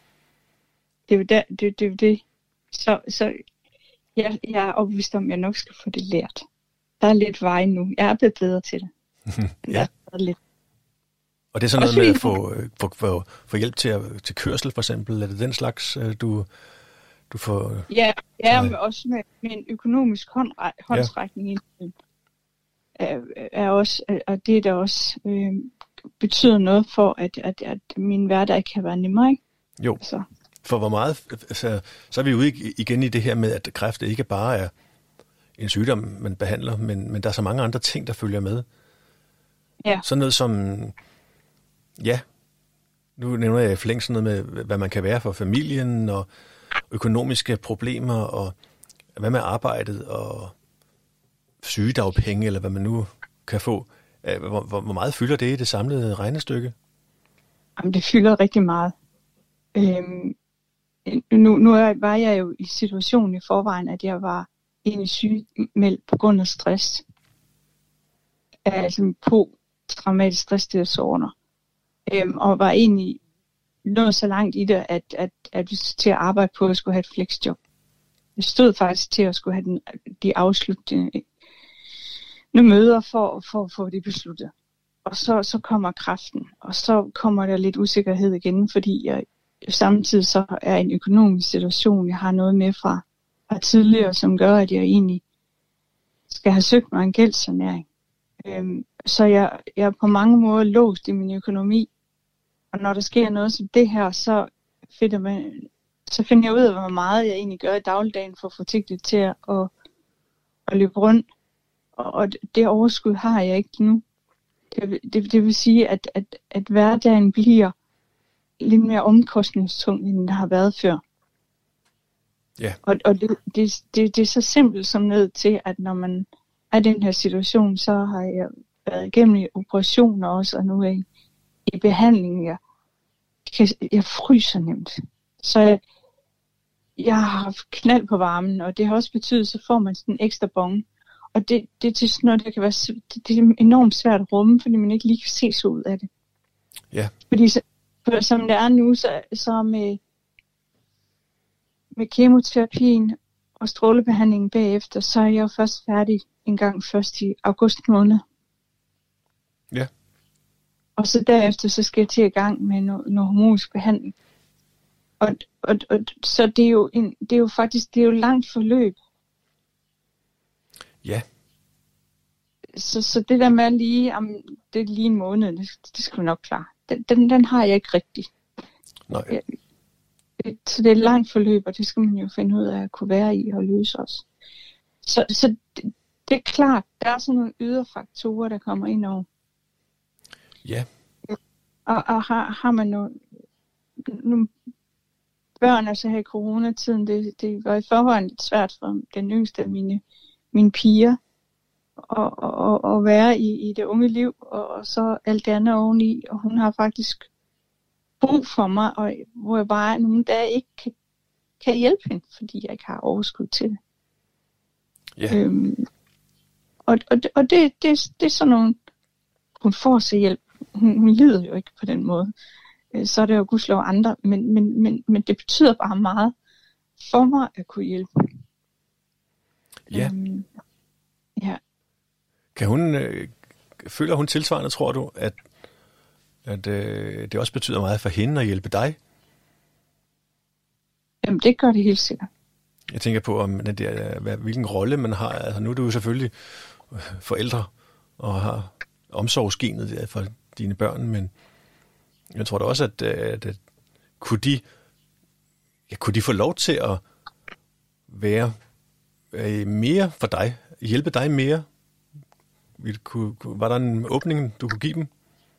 S1: Det er jo det. det, det, det. Så, så jeg, jeg er overbevist om, at jeg nok skal få det lært. Der er lidt vej nu. Jeg er blevet bedre til det.
S2: Ja.
S1: Er lidt.
S2: Og det er sådan noget med at få, få, få, få hjælp til, at, til kørsel, for eksempel. Er det den slags, du, du får?
S1: Ja, ja men også med, med en økonomisk hånd, håndsrækning. Ja. Er, er også, og det der også øh, betyder noget for, at, at, at min hverdag kan være nemmere, ikke?
S2: Jo,
S1: så.
S2: For hvor meget, så, så er vi ude igen i det her med, at kræft ikke bare er en sygdom, man behandler, men, men der er så mange andre ting, der følger med.
S1: Ja.
S2: Sådan noget som, ja, nu nævner jeg i flæng sådan noget med, hvad man kan være for familien, og økonomiske problemer, og hvad med arbejdet, og sygedagpenge, eller hvad man nu kan få. Hvor, hvor, hvor meget fylder det i det samlede regnestykke?
S1: Jamen, det fylder rigtig meget. Øhm, nu nu var jeg jo i situationen i forvejen, at jeg var egentlig sygemeldt på grund af stress. Altså posttraumatisk stressdisorder. Øhm, og var egentlig nået så langt i det, at, at, at vi til at arbejde på, at jeg skulle have et flexjob. Jeg stod faktisk til at skulle have den, de afsluttende møder for, for at få det besluttet. Og så, så kommer kræften, og så kommer der lidt usikkerhed igen, fordi jeg samtidig så er en økonomisk situation, jeg har noget med fra, fra tidligere, som gør, at jeg egentlig skal have søgt mig en gældssanering. Øhm, så jeg, jeg er på mange måder låst i min økonomi, og når der sker noget som det her, så finder, man, så finder jeg ud af, hvor meget jeg egentlig gør i dagligdagen for at få tingene til at, at, at løbe rundt. Og, og det overskud har jeg ikke nu. Det, det, det vil sige, at, at, at hverdagen bliver lidt mere omkostningstung, end den har været før.
S2: Yeah.
S1: Og, og det, det, det, det er så simpelt som ned til, at når man er i den her situation, så har jeg været igennem i operationer også, og nu er jeg i, i behandling. Jeg, jeg, jeg fryser nemt. Så jeg, jeg har haft knald på varmen, og det har også betydet, så får man sådan en ekstra bon. Og det, det, det er sådan noget, der kan være det, det er enormt svært at rumme, fordi man ikke lige kan se så ud af det.
S2: Ja. Yeah.
S1: Fordi så, for, som det er nu, så, så med, med kemoterapien og strålebehandlingen bagefter, så er jeg jo først færdig en gang først i august måned.
S2: Ja. Yeah.
S1: Og så derefter, så skal jeg til i gang med noget, noget hormonsk behandling. Og, og, og så det er jo en, det er jo faktisk det er jo langt forløb.
S2: Ja.
S1: Så, så det der med lige, om det er lige en måned, det, det skal vi nok klare. Den, den, den har jeg ikke rigtig.
S2: Nej.
S1: Jeg, så det er et langt forløb, og det skal man jo finde ud af at kunne være i og løse os. Så, så det, det er klart, der er sådan nogle ydre faktorer, der kommer ind over.
S2: Ja.
S1: Og, og har, har man nogle, nogle børn, altså her i coronatiden, det, det var i forvejen lidt svært for den yngste af mine, mine piger, og, og, og være i, i det unge liv, og, og så alt det andet oveni, og hun har faktisk brug for mig, og hvor jeg bare nogle dage ikke kan, kan hjælpe hende, fordi jeg ikke har overskud til det.
S2: Yeah.
S1: Øhm, og og, og det, det, det er sådan nogle, hun får sig hjælp, hun, hun lider jo ikke på den måde, så er det jo gudskelov andre, men, men, men, men det betyder bare meget, for mig at kunne hjælpe.
S2: Ja.
S1: Øhm, ja.
S2: Kan hun, øh, føler hun tilsvarende, tror du, at, at øh, det også betyder meget for hende at hjælpe dig?
S1: Jamen, det gør det helt sikkert.
S2: Jeg tænker på, om den der, hvad, hvilken rolle man har. Altså, nu er du jo selvfølgelig forældre og har omsorgsgenet der for dine børn, men jeg tror da også, at, at, at kunne, de, ja, kunne de få lov til at være øh, mere for dig, hjælpe dig mere? Kunne, var der en åbning, du kunne give dem?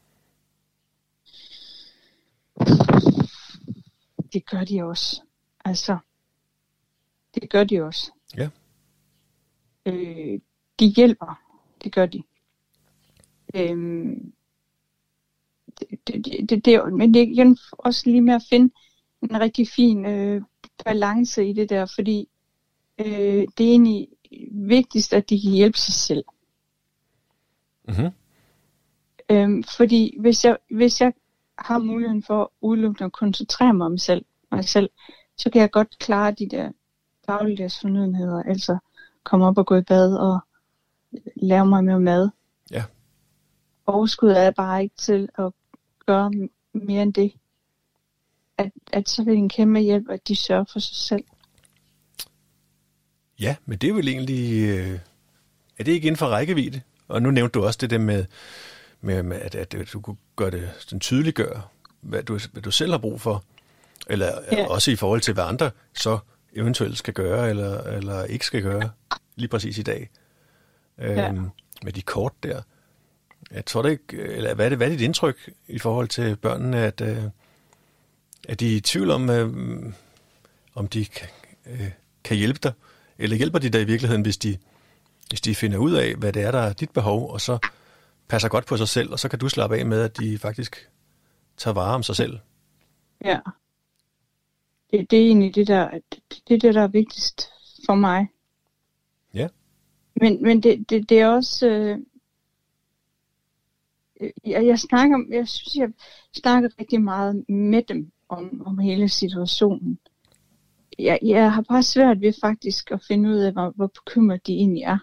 S1: Det gør de også. Altså, det gør de også.
S2: Ja.
S1: Øh, de hjælper. Det gør de. Øhm, det, det, det, det, men det er igen også lige med at finde en rigtig fin øh, balance i det der, fordi øh, det er egentlig vigtigst, at de kan hjælpe sig selv.
S2: Mm-hmm.
S1: Øhm, fordi hvis jeg, hvis jeg har muligheden for udelukkende at koncentrere mig om selv, mig selv, så kan jeg godt klare de der dagligdags fornødenheder, altså komme op og gå i bad og lave mig med mad.
S2: Ja.
S1: Overskud er bare ikke til at gøre mere end det. At, at så er det en kæmpe hjælp, at de sørger for sig selv.
S2: Ja, men det er vel egentlig, øh, er det ikke inden for rækkevidde? Og nu nævnte du også det der med, med, med at, at du kunne gøre det sådan tydeliggøre, hvad du, hvad du selv har brug for, eller ja. Også i forhold til, hvad andre så eventuelt skal gøre, eller, eller ikke skal gøre, lige præcis i dag. Ja. Øhm, med de kort der. Jeg tror det ikke, eller hvad er det, hvad er dit indtryk i forhold til børnene, at, øh, at de er i tvivl om, øh, om de kan, øh, kan hjælpe dig, eller hjælper de dig i virkeligheden, hvis de, hvis de finder ud af, hvad det er, der er dit behov, og så passer godt på sig selv, og så kan du slappe af med, at de faktisk tager vare om sig selv.
S1: Ja. Det, det er egentlig det der, det er det, der er vigtigst for mig.
S2: Ja.
S1: Men, men det, det, det er også... Øh, jeg, jeg snakker, jeg synes, jeg snakker rigtig meget med dem om, om hele situationen. Jeg, jeg har bare svært ved faktisk at finde ud af, hvor, hvor bekymret de egentlig er.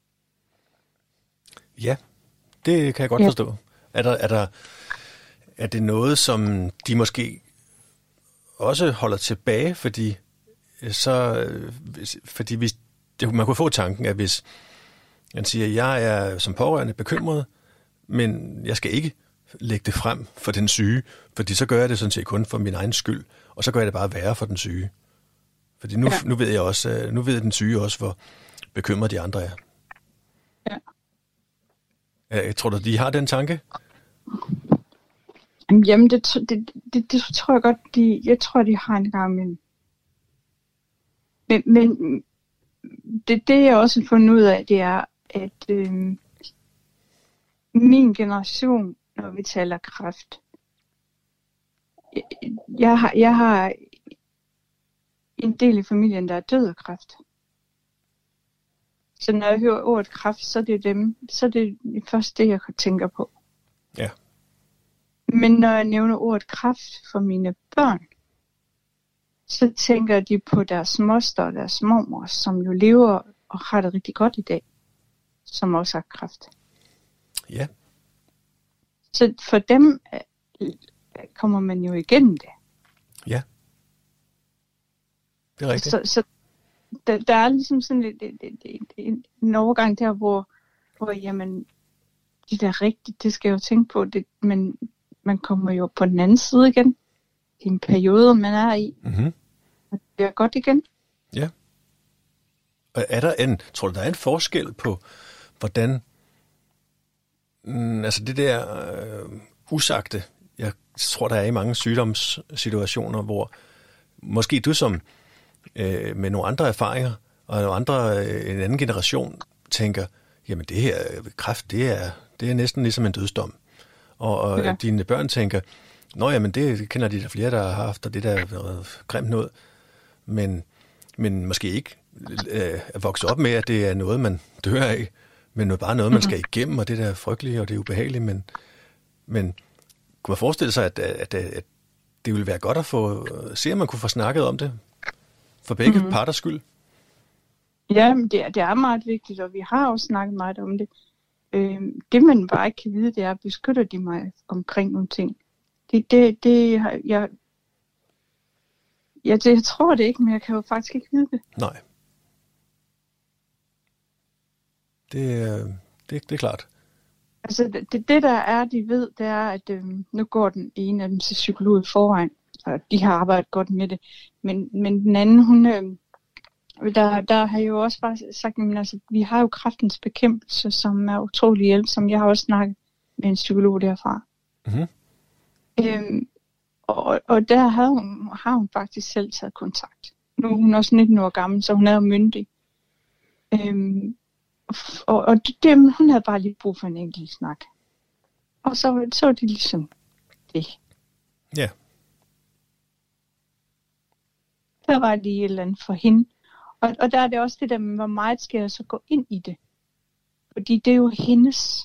S2: Ja, det kan jeg godt ja. forstå. Er der, er der, er det noget, som de måske også holder tilbage, fordi så, fordi hvis, det, man kunne få tanken, at hvis man siger, at jeg er som pårørende bekymret, men jeg skal ikke lægge det frem for den syge, fordi så gør jeg det sådan set kun for min egen skyld, og så gør jeg det bare værre for den syge. Fordi nu, ja. nu ved jeg også, nu ved den syge også, hvor bekymret de andre er.
S1: Ja.
S2: Jeg tror du, de har den tanke?
S1: Jamen, det, det, det, det tror jeg godt, de, jeg tror, de har en gang imellem. Men, men det, det, jeg også har fundet ud af, det er, at øh, min generation, når vi taler kræft, jeg, jeg, har, jeg har en del i familien, der er død af kræft. Så når jeg hører ordet kræft, så er det dem, så er det først det, jeg tænker på.
S2: Ja.
S1: Men når jeg nævner ordet kræft for mine børn, så tænker de på deres moster og deres mormor, som jo lever og har det rigtig godt i dag, som også har kræft.
S2: Ja.
S1: Så for dem kommer man jo igennem det.
S2: Ja. Det er rigtigt.
S1: Så, så der, der er ligesom sådan et, et, et, et, en overgang der, hvor, hvor jamen, det der rigtigt, det skal jeg jo tænke på, det, men man kommer jo på den anden side igen. Det er en periode, man er i.
S2: Mm-hmm.
S1: Og det er godt igen.
S2: Ja. Og er der en, tror du, der er en forskel på, hvordan, mm, altså det der øh, usagte, jeg tror, der er i mange sygdomssituationer, hvor måske du som øh, med nogle andre erfaringer, og nogle andre, øh, en anden generation, tænker, jamen det her kræft, det er, det er næsten ligesom en dødsdom. Og, og ja. Dine børn tænker, nå jamen det kender de der flere, der har haft, og det der er grimt noget. Men, men måske ikke øh, er vokset op med, at det er noget, man dør af, men bare noget, man skal igennem, og det der er frygteligt, og det er ubehageligt. Men, men kunne man forestille sig, at, at, at, at det ville være godt at få, se om man kunne få snakket om det For begge
S1: Mhm.
S2: parters skyld.
S1: Ja, men det er, det er meget vigtigt, og vi har også snakket meget om det. Øh, det man bare ikke kan vide, det er, beskytter de mig omkring nogle ting. Det, det, det har jeg, jeg, det, jeg tror det ikke, men jeg kan jo faktisk ikke vide det.
S2: Nej. Det, øh, det, det er klart.
S1: Altså det, det der er, de ved, det er, at øh, nu går den ene af dem til psykolog i forvejen, og de har arbejdet godt med det. Men, men den anden, hun, øh, der, der har jo også bare sagt, at altså, vi har jo kræftens bekæmpelse, som er utrolig hjælpsom. Jeg har også snakket med en psykolog derfra.
S2: Mm-hmm.
S1: Øhm, og, og der havde hun, har hun faktisk selv taget kontakt. Nu er hun også nitten år gammel, så hun er jo myndig. Øhm, og og det, det, hun havde bare lige brug for en enkelt snak. Og så, så var det ligesom det.
S2: Ja.
S1: Der var lige et eller andet for hende. Og, og der er det også det der med, hvor meget skal jeg så gå ind i det. Fordi det er jo hendes.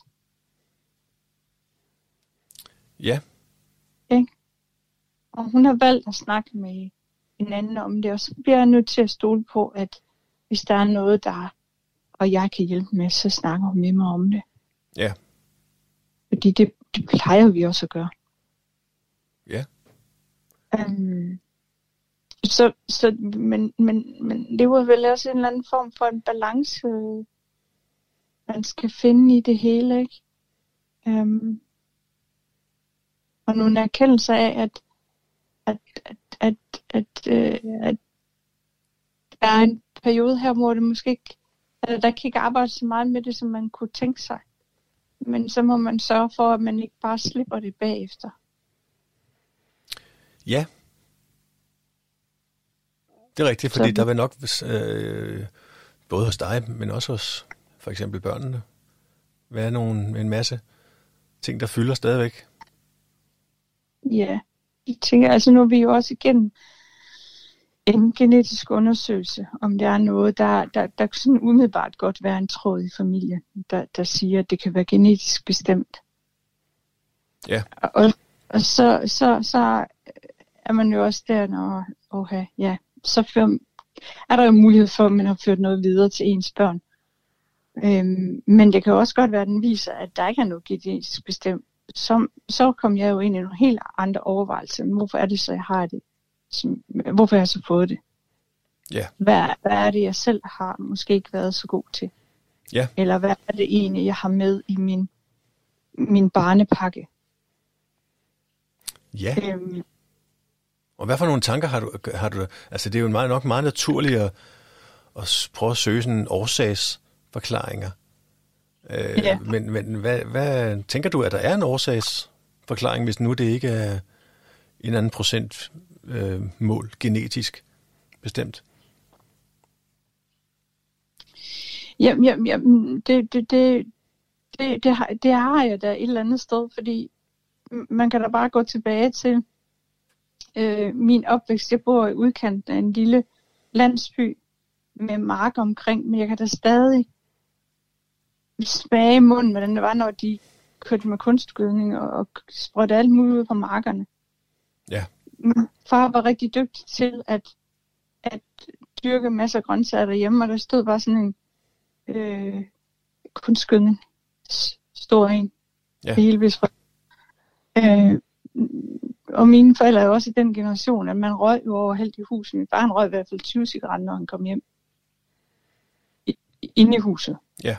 S2: Ja.
S1: Ikke? Og hun har valgt at snakke med en anden om det. Og så bliver jeg nødt til at stole på, at hvis der er noget, der og jeg kan hjælpe med, så snakker hun med mig om det.
S2: Ja.
S1: Fordi det, det plejer vi også at gøre.
S2: Ja.
S1: Um, så, så, men, men, men det var vel også en eller anden form for en balance, man skal finde i det hele, ikke? Um, og nogle erkendelser af, at, at, at, at, at, at, at der er en periode her, hvor det måske ikke, at der kan ikke arbejde så meget med det, som man kunne tænke sig. Men så må man sørge for, at man ikke bare slipper det bagefter.
S2: Ja. Det er rigtigt, fordi
S1: så,
S2: der vil nok, øh, både hos dig, men også hos for eksempel børnene, være nogle, en masse ting, der fylder stadigvæk.
S1: Ja, jeg tænker, altså nu er vi jo også igennem en genetisk undersøgelse, om der er noget, der, der, der kan sådan umiddelbart godt være en tråd i familien, der, der siger, at det kan være genetisk bestemt.
S2: Ja.
S1: Og, og så, så, så er man jo også der, når, okay, ja, så fører, er der jo mulighed for, at man har ført noget videre til ens børn. Øhm, men det kan også godt være, at den viser, at der ikke er noget genetisk bestemt. Så, så kom jeg jo ind i nogle helt andre overvejelser. Hvorfor er det så, jeg har det? Som, hvorfor har jeg så fået det?
S2: Ja.
S1: Hvad, hvad er det, jeg selv har måske ikke været så god til?
S2: Ja.
S1: Eller hvad er det egentlig, jeg har med i min, min barnepakke?
S2: Ja.
S1: Øhm,
S2: Og hvad for nogle tanker har du? Har du altså, det er jo meget, nok meget naturligt at, at prøve at søge sådan årsagsforklaringer. Øh,
S1: ja.
S2: Men, men hvad, hvad tænker du, at der er en årsagsforklaring, hvis nu det ikke er en eller anden procent øh, mål genetisk bestemt?
S1: Jamen, jamen, jamen det, det, det, det, det, har, det har jeg da et eller andet sted, fordi man kan da bare gå tilbage til øh, min opvækst. Jeg bor i udkanten af en lille landsby med mark omkring, men jeg kan da stadig smage i munden, hvordan det var, når de kørte med kunstgødning og, og sprøjte alt muligt ud på markerne.
S2: Ja.
S1: Min far var rigtig dygtig til at, at dyrke masser af grøntsager derhjemme, og der stod bare sådan en øh, kunstgødning, stor en,
S2: ja.
S1: Det hele blev øh, og mine forældre er jo også i den generation, at man røg jo overalt i huset. Min far han røg i hvert fald tyve cigaretter, når han kom hjem. I, inde i huset.
S2: Ja.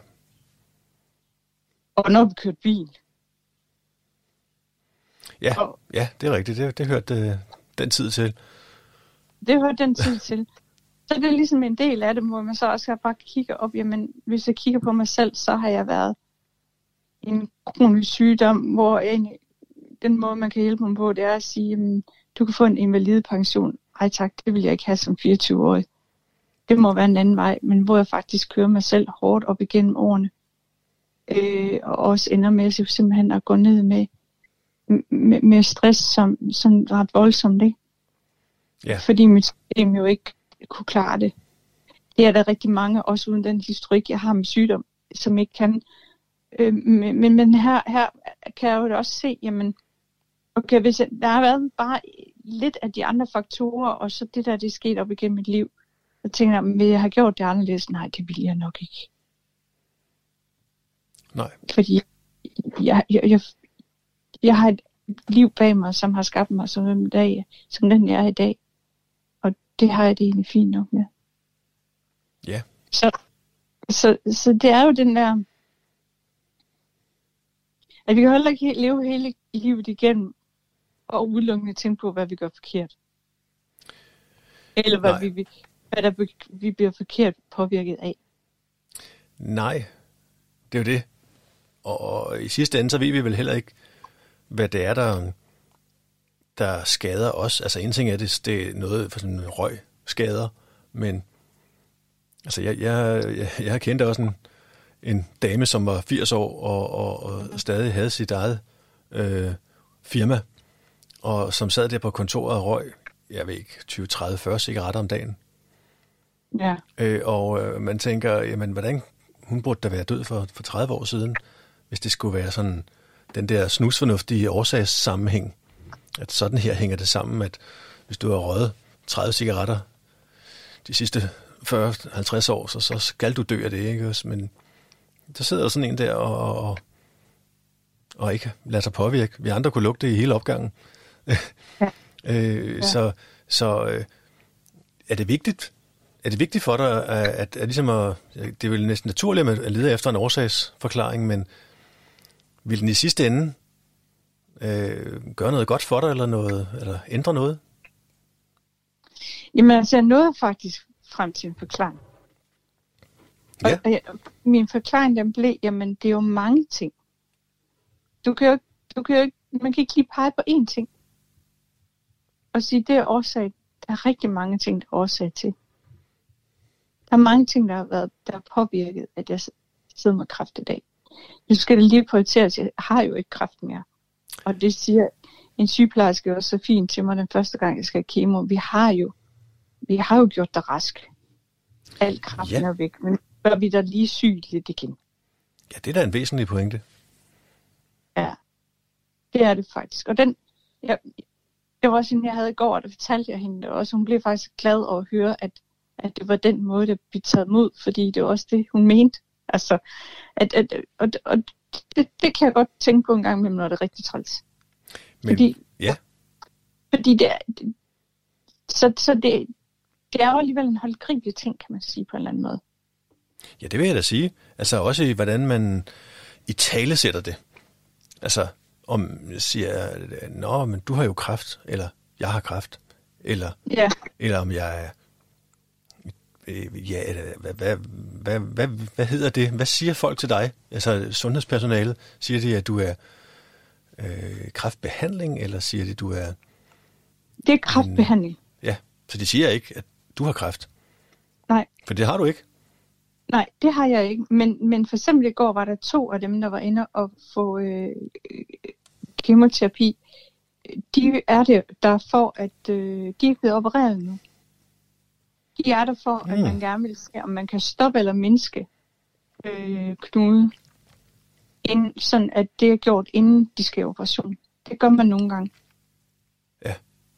S1: Og når vi kørte bil.
S2: Ja,
S1: og,
S2: ja, det er rigtigt. Det, det hørte øh, den tid til.
S1: Det hørte den tid til. Så det er ligesom en del af det, hvor man så også bare kigge op. Jamen, hvis jeg kigger på mig selv, så har jeg været en kronisk sygdom, hvor en, den måde, man kan hjælpe mig på, det er at sige, jamen, du kan få en invalidepension. Ej tak, det vil jeg ikke have som fireogtyve-årig. Det må være en anden vej, men hvor jeg faktisk kører mig selv hårdt op igennem årene. Øh, og også ender med simpelthen at gå ned med, med, med stress, som, som ret voldsomt, ikke?
S2: Ja.
S1: Fordi mit system jo ikke kunne klare det. Det er der rigtig mange, også uden den historik, jeg har med sygdom, som ikke kan. Øh, men, men, men her, her kan jeg jo også se, jamen, okay, hvis jeg, der har været bare lidt af de andre faktorer, og så det der, det er sket op igennem mit liv, Så tænker jeg, vil jeg have gjort det anderledes? Nej, det ville jeg nok ikke.
S2: Nej.
S1: Fordi jeg, jeg, jeg, jeg har et liv bag mig, som har skabt mig som den, dag, som den jeg er i dag. Og det har jeg det egentlig fint nok med.
S2: Ja.
S1: Så, så, så det er jo den der, at vi kan heller ikke leve hele livet igennem og udelukkende tænke på, hvad vi gør forkert. Eller hvad, vi, hvad der, vi bliver forkert påvirket af.
S2: Nej, det er jo det. Og, og i sidste ende, så ved vi vel heller ikke, hvad det er, der, der skader os. Altså en ting er, det, det er noget for sådan røg skader, men altså jeg, jeg, jeg, jeg har kendt også en, en dame, som var firs år og, og, og stadig havde sit eget øh, firma, og som sad der på kontoret og røg, jeg ved ikke, tyve, tredive, fyrre cigaretter om dagen.
S1: Ja.
S2: Øh, og øh, man tænker, jamen hvordan, hun burde da være død for, for tredive år siden, hvis det skulle være sådan den der snusfornuftige årsagssammenhæng. At sådan her hænger det sammen, at hvis du har røget tredive cigaretter de sidste fyrre til halvtreds år, så, så skal du dø af det, ikke? Men der sidder jo sådan en der og, og, og ikke lader sig påvirke. Vi andre kunne lugte i hele opgangen. Ja. øh, ja. Så, så øh, er det vigtigt, er det vigtigt for dig, at, at, at ligesom at, det er vel næsten naturligt at lede efter en årsagsforklaring, men vil den i sidste ende øh, gøre noget godt for dig, eller, noget, eller ændre noget?
S1: Jamen altså, jeg nåede faktisk frem til en forklaring.
S2: Ja.
S1: Og, og jeg, min forklaring, den blev, jamen det er jo mange ting. Du kan jo, du kan jo ikke, man kan ikke lige pege på én ting. Og sige, det er årsag. Der er rigtig mange ting, der er årsag til. Der er mange ting, der har været, der har påvirket, at jeg sidder med kræft i dag. Nu skal det lige prioriteres, jeg har jo ikke kræft mere. Og det siger en sygeplejerske også så fint til mig den første gang, jeg skal have kemo. Vi har jo, vi har jo gjort dig rask. Al kræften ja. er væk, men bør vi da lige syge lidt igen.
S2: Ja, det er da en væsentlig pointe.
S1: Ja, det er det faktisk. Og den, jeg, det var også hende, jeg havde i går, og der fortalte jeg hende det også. Hun blev faktisk glad over at høre, at, at det var den måde, der blev taget imod, fordi det var også det, hun mente. Altså, at, at, og, og det, det kan jeg godt tænke på en gang imellem, når det er rigtig træls.
S2: Men,
S1: fordi,
S2: ja.
S1: Fordi det er, det, så, så det, det er jo alligevel en håndgribelig ting, kan man sige på en eller anden måde.
S2: Ja, det vil jeg da sige. Altså også i, hvordan man i tale sætter det. Altså, om jeg siger, nå, men du har jo kræft, eller jeg har kræft, eller,
S1: ja.
S2: eller om jeg er, ja, hvad, hvad, hvad, hvad, hvad hedder det? Hvad siger folk til dig? Altså, sundhedspersonalet, siger de, at du er øh, kræftbehandling, eller siger de, at du er...
S1: Det er kræftbehandling.
S2: En, ja, så de siger ikke, at du har kræft.
S1: Nej.
S2: For det har du ikke.
S1: Nej, det har jeg ikke. Men, men for eksempel i går var der to af dem, der var inde og få øh, kemoterapi. De er det der for, at øh, de er blevet opereret nu. De er der for, mm. at man gerne vil se, om man kan stoppe eller mindske øh, knuden, inden, sådan at det er gjort, inden de skal i operation. Det gør man nogle gange.
S2: Ja.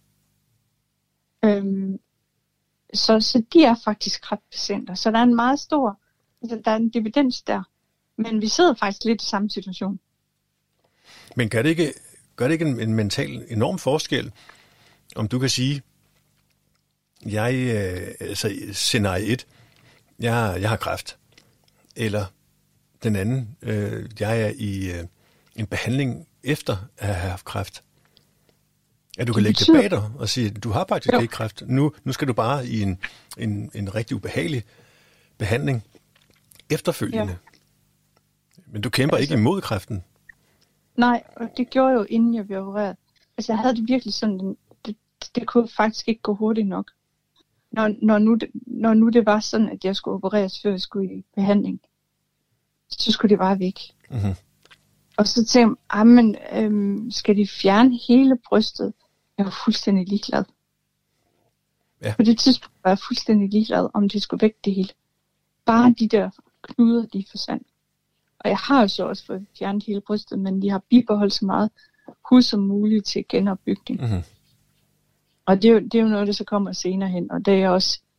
S1: Øhm, så, så de er faktisk kræftpatienter. Så der er en meget stor, altså der er en dividens der. Men vi sidder faktisk lidt i samme situation.
S2: Men gør det ikke, gør det ikke en, en mental enorm forskel, om du kan sige, jeg, øh, altså scenarie et, jeg, jeg har kræft, eller den anden, øh, jeg er i øh, en behandling efter at have haft kræft. At du kan lægge det bag dig og sige, du har faktisk jo. ikke kræft. Nu, nu skal du bare i en, en, en rigtig ubehagelig behandling efterfølgende. Ja. Men du kæmper altså, ikke imod kræften.
S1: Nej, og det gjorde jeg jo, inden jeg blev opereret. Altså jeg havde det virkelig sådan, det, det kunne faktisk ikke gå hurtigt nok. Når, når, nu, når nu det var sådan, at jeg skulle opereres, før jeg skulle i behandling, så skulle det bare væk. Mm-hmm. Og så tænkte jeg, men, øhm, skal de fjerne hele brystet? Jeg var fuldstændig ligeglad.
S2: Ja.
S1: På det tidspunkt var jeg fuldstændig ligeglad, om det skulle væk det hele. Bare de der knuder, de forsvandt. Og jeg har jo så også fået fjernet hele brystet, men de har bibeholdt så meget hud som muligt til genopbygning. Mm-hmm. Og det er, jo, det er jo noget, der så kommer senere hen, og det er også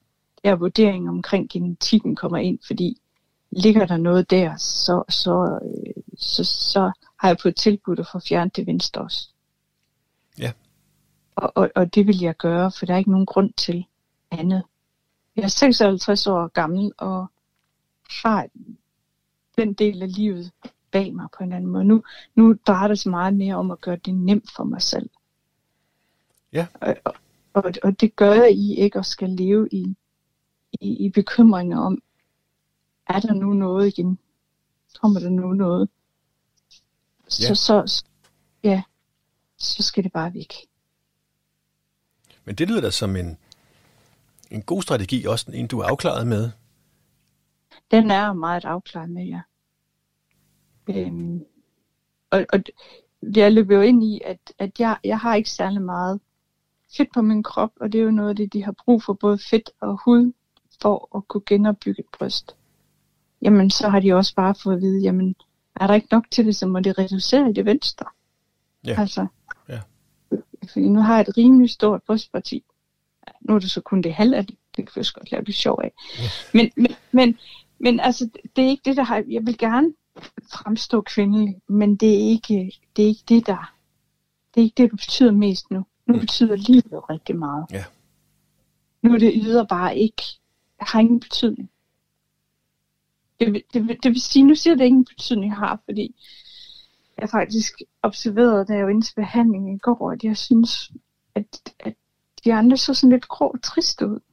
S1: der vurdering omkring genetikken kommer ind, fordi ligger der noget der, så, så, øh, så, så har jeg fået tilbudt at få fjernet det venstre også.
S2: Ja.
S1: Og, og, og det vil jeg gøre, for der er ikke nogen grund til andet. Jeg er seksoghalvtreds år gammel, og har den del af livet bag mig på en anden måde. Nu, nu drejer det sig meget mere om at gøre det nemt for mig selv.
S2: Ja.
S1: Og, og, og det gør jeg i ikke at skal leve i, i, i bekymringer om, er der nu noget igen? Kommer der nu noget? Så,
S2: ja.
S1: så, ja, så skal det bare væk.
S2: Men det lyder da som en, en god strategi, også en du er afklaret med.
S1: Den er meget afklaret med, ja. Øhm, og, og jeg løber jo ind i, at, at jeg, jeg har ikke særlig meget fedt på min krop, og det er jo noget af det, de har brug for, både fedt og hud, for at kunne genopbygge et bryst. Jamen, så har de også bare fået at vide, jamen, er der ikke nok til det, så må det reducere i det venstre.
S2: Ja.
S1: Altså,
S2: ja.
S1: Fordi nu har jeg et rimelig stort brystparti. Nu er det så kun det halve af det. Det kan vi også godt lave lidt sjov af. Ja. Men, men, men, men altså, det er ikke det, der har... Jeg vil gerne fremstå kvindelig, men det er ikke det, er ikke det der... Det er ikke det, der betyder mest nu. Nu mm. betyder livet rigtig meget.
S2: Ja.
S1: Nu er det yder bare ikke... Jeg har ingen betydning. Det, det, det, det vil sige, nu siger det ingen betydning, jeg har, fordi jeg faktisk observerede, da jeg var inde til behandling i går, at jeg synes, at, at de andre så sådan lidt grå og trist ud.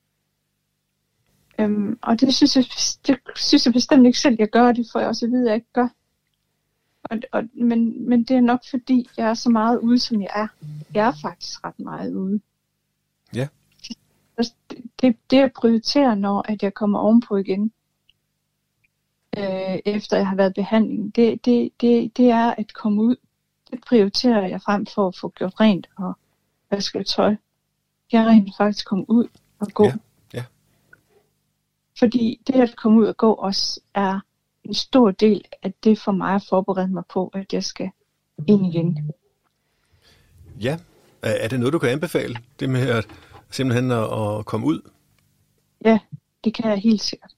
S1: Øhm, og det synes, jeg, det synes jeg bestemt ikke selv, jeg gør, det får jeg også at vide, at jeg ikke gør. Og, og, men, men det er nok fordi, jeg er så meget ude, som jeg er. Jeg er faktisk ret meget ude.
S2: Ja.
S1: Det, det, det jeg prioriterer, når at jeg kommer ovenpå igen, øh, efter jeg har været i behandling, det, det, det, det er at komme ud. Det prioriterer jeg frem for at få gjort rent og vaske tøj. Jeg er rent faktisk komme ud og gå.
S2: Ja. Ja.
S1: Fordi det at komme ud og gå også er en stor del af det for mig at forberede mig på, at jeg skal ind igen.
S2: Ja. Er det noget, du kan anbefale? Det med at simpelthen at komme ud?
S1: Ja, det kan jeg helt sikkert.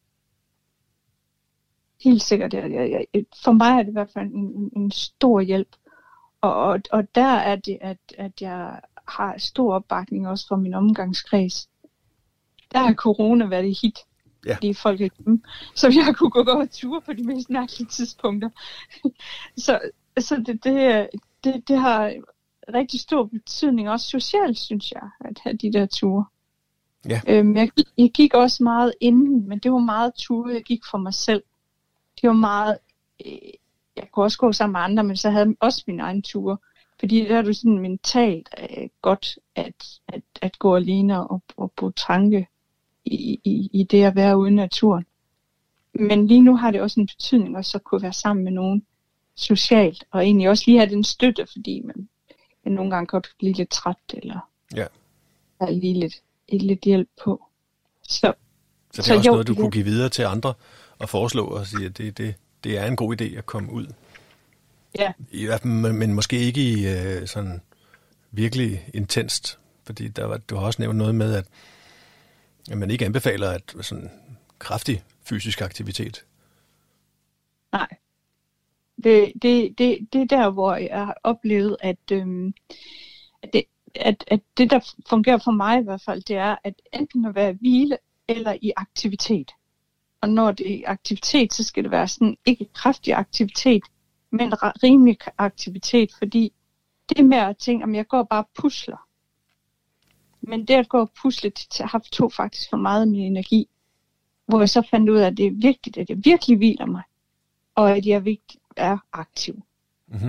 S1: Helt sikkert. Jeg, jeg, jeg, for mig er det i hvert fald en, en, en stor hjælp. Og, og, og der er det, at, at jeg har stor opbakning også fra min omgangskreds. Der har corona været et hit. Ja. Fordi folk er hjemme. Så jeg kunne gå og ture på de mest mærkelige tidspunkter. så så det, det, det, det har rigtig stor betydning, også socialt, synes jeg, at have de der ture.
S2: Ja.
S1: Øhm, jeg, jeg gik også meget inden, men det var meget ture, jeg gik for mig selv. Det var meget, øh, jeg kunne også gå sammen med andre, men så havde jeg også min egen ture. Fordi der er det sådan mentalt øh, godt at, at, at gå alene og, og på tanke i, i, i det at være ude i naturen. Men lige nu har det også en betydning også at kunne være sammen med nogen socialt, og egentlig også lige have den støtte, fordi man, man nogle gange godt kan blive lidt træt, eller
S2: ja.
S1: have lige lidt, lidt hjælp på. Så,
S2: så det er
S1: så
S2: også
S1: jo,
S2: noget, du kunne give videre til andre, og foreslå og sige, at det, det, det er en god idé at komme ud.
S1: Ja.
S2: I hvert fald, men måske ikke i øh, sådan virkelig intenst, fordi der var, du har også nævnt noget med, at, at man ikke anbefaler at sådan kraftig fysisk aktivitet.
S1: Nej. Det, det, det, det er der, hvor jeg har oplevet, at, øhm, at, det, at, at det, der fungerer for mig i hvert fald, det er, at enten at være i hvile eller i aktivitet. Og når det er i aktivitet, så skal det være sådan ikke kraftig aktivitet, men rimelig aktivitet, fordi det med at tænke, at jeg går bare og pusler. Men det at gå og pusle, det har tog faktisk for meget af min energi. Hvor jeg så fandt ud af, at det er vigtigt, at jeg virkelig hviler mig. Og at jeg vigtigt er aktiv.
S2: Mm-hmm.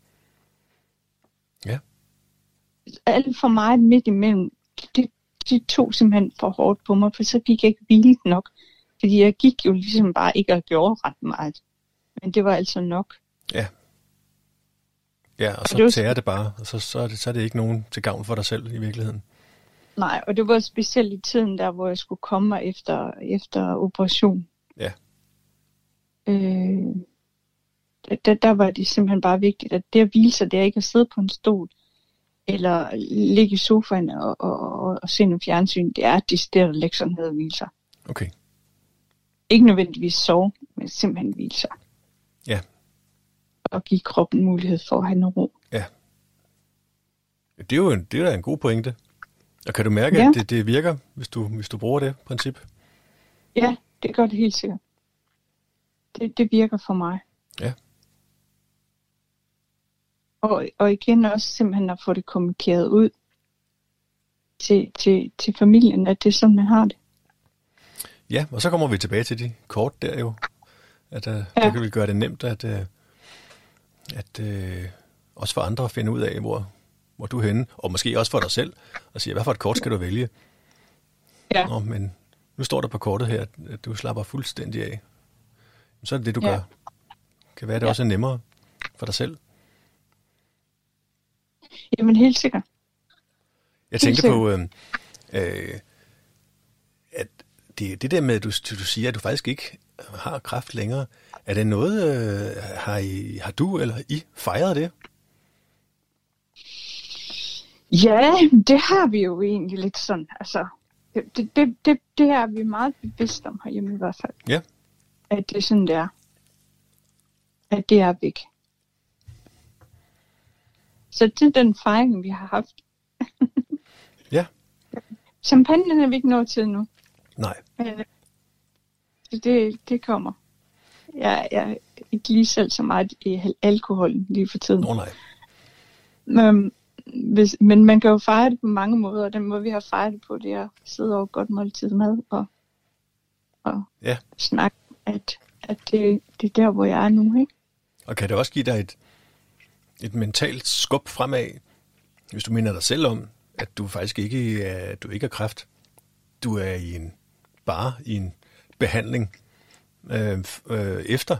S2: Ja.
S1: Alt for meget midt imellem, det, det tog simpelthen for hårdt på mig, for så gik jeg ikke hvilet nok. Fordi jeg gik jo ligesom bare ikke og gjorde ret meget. Men det var altså nok.
S2: Ja. Ja, og så
S1: og det var...
S2: tager det bare, og så, så, er det, så er det ikke nogen til gavn for dig selv i virkeligheden.
S1: Nej, og det var specielt i tiden der, hvor jeg skulle komme mig efter, efter operation.
S2: Ja.
S1: Øh, der, der var det simpelthen bare vigtigt, at det at hvile sig, det er ikke at sidde på en stol. eller ligge i sofaen og, og, og, og se noget fjernsyn. Det er decideret at lægge sig ned og hvile sig.
S2: Okay.
S1: Ikke nødvendigvis sove, men simpelthen hvile sig.
S2: Ja.
S1: Og give kroppen mulighed for at have noget ro.
S2: Ja. Det er jo en, det er da en god pointe. Og kan du mærke,
S1: ja.
S2: at det, det virker, hvis du, hvis du bruger det princip?
S1: Ja, det gør det helt sikkert. Det, det virker for mig.
S2: Ja.
S1: Og, og igen også simpelthen at få det kommunikeret ud til, til, til familien, at det er sådan, man har det.
S2: Ja, og så kommer vi tilbage til de kort der jo. At uh, ja. Der kan vi gøre det nemt, at, uh, at uh, også for andre at finde ud af, hvor, hvor du er henne. Og måske også for dig selv. Og sige, hvad for et kort skal du vælge?
S1: Ja.
S2: Nå, men nu står der på kortet her, at du slapper fuldstændig af. Så er det det, du ja. gør. Kan være, det ja. også er nemmere for dig selv.
S1: Jamen helt sikkert.
S2: Jeg tænkte sikkert. på, øh, øh, at det, det der med, at du, du siger, at du faktisk ikke har kræft længere. Er det noget, øh, har, I, har du eller I fejret det?
S1: Ja, det har vi jo egentlig lidt sådan. Altså, det, det, det, det er vi meget bevidst om herhjemme i hvert fald.
S2: Ja.
S1: At det er sådan, det er. At det er væk. Så det er den fejring, vi har haft.
S2: Ja.
S1: Champagne er vi ikke nået til nu.
S2: Nej.
S1: Men det, det kommer. Jeg, jeg er ikke lige selv så meget i alkoholen lige for tiden.
S2: Nå nej.
S1: Men, hvis, men man kan jo fejre det på mange måder, og den måde vi har fejret det på, det er at sidde over et godt måltid mad og, og
S2: ja.
S1: snakke, at, at det, det er der, hvor jeg er nu, ikke?
S2: Og kan det også give dig et, et mentalt skub fremad, hvis du minder dig selv om, at du faktisk ikke er, du ikke er kræft. Du er i en bare i en behandling øh, øh, efter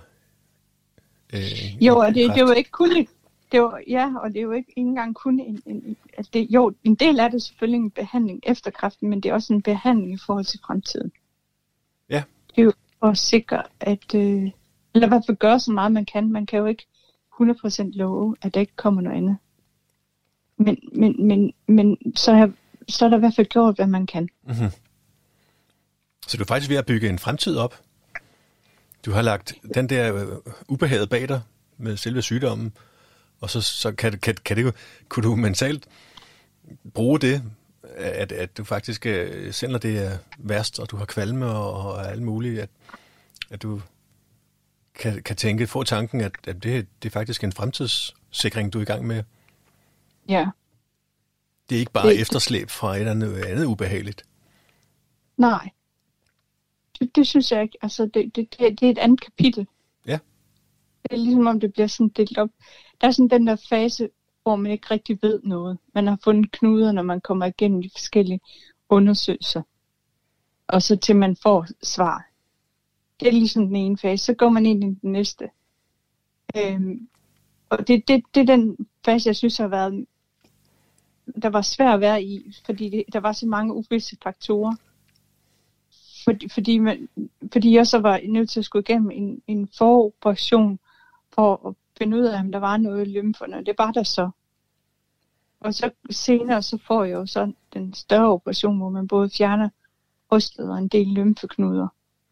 S1: øh, Jo, og det, det var ikke kun det var, ja, og det er jo ikke engang kun en, en altså det, jo, en del af det er selvfølgelig en behandling efter kræften, men det er også en behandling i forhold til fremtiden.
S2: Ja.
S1: Det er jo for at sikre, at øh, eller i hvert fald gøre så meget man kan. Man kan jo ikke hundrede procent love, at der ikke kommer noget andet. Men, men, men, men så, er, så er der i hvert fald gjort, hvad man kan.
S2: Mm-hmm. Så du er faktisk ved at bygge en fremtid op. Du har lagt den der øh, ubehaget bag dig med selve sygdommen, og så, så kan, kan, kan det, kunne du mentalt bruge det, at, at du faktisk, øh, selv når det er værst, og du har kvalme og, og alt muligt, at, at du kan, kan tænke, få tanken, at, at det, det er faktisk en fremtidssikring, du er i gang med.
S1: Ja.
S2: Det er ikke bare det, efterslæb fra et eller andet, andet ubehageligt.
S1: Nej. Det, det synes jeg ikke. Altså, det, det, det, det er et andet kapitel.
S2: Ja.
S1: Det er ligesom om det bliver sådan delt op. Der er sådan den der fase, hvor man ikke rigtig ved noget. Man har fundet knuder, når man kommer igennem de forskellige undersøgelser. Og så til man får svar. Det er ligesom den ene fase. Så går man ind i den næste. Øhm, og det, det, det er den fase, jeg synes har været, der var svært at være i, fordi det, der var så mange uvisse faktorer. Fordi, fordi, man, fordi jeg så var nødt til at skulle igennem en, en foroperation for at finde ud af, om der var noget i lymferne. Det var der så. Og så senere så får jeg jo så den større operation, hvor man både fjerner rystet og en del lymfeknuder.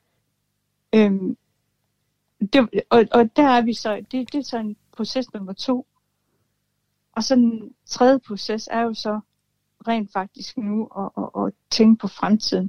S1: Øhm, det, og, og der er vi så, det, det er så en proces nummer to. Og så den tredje proces er jo så rent faktisk nu at, at, at tænke på fremtiden.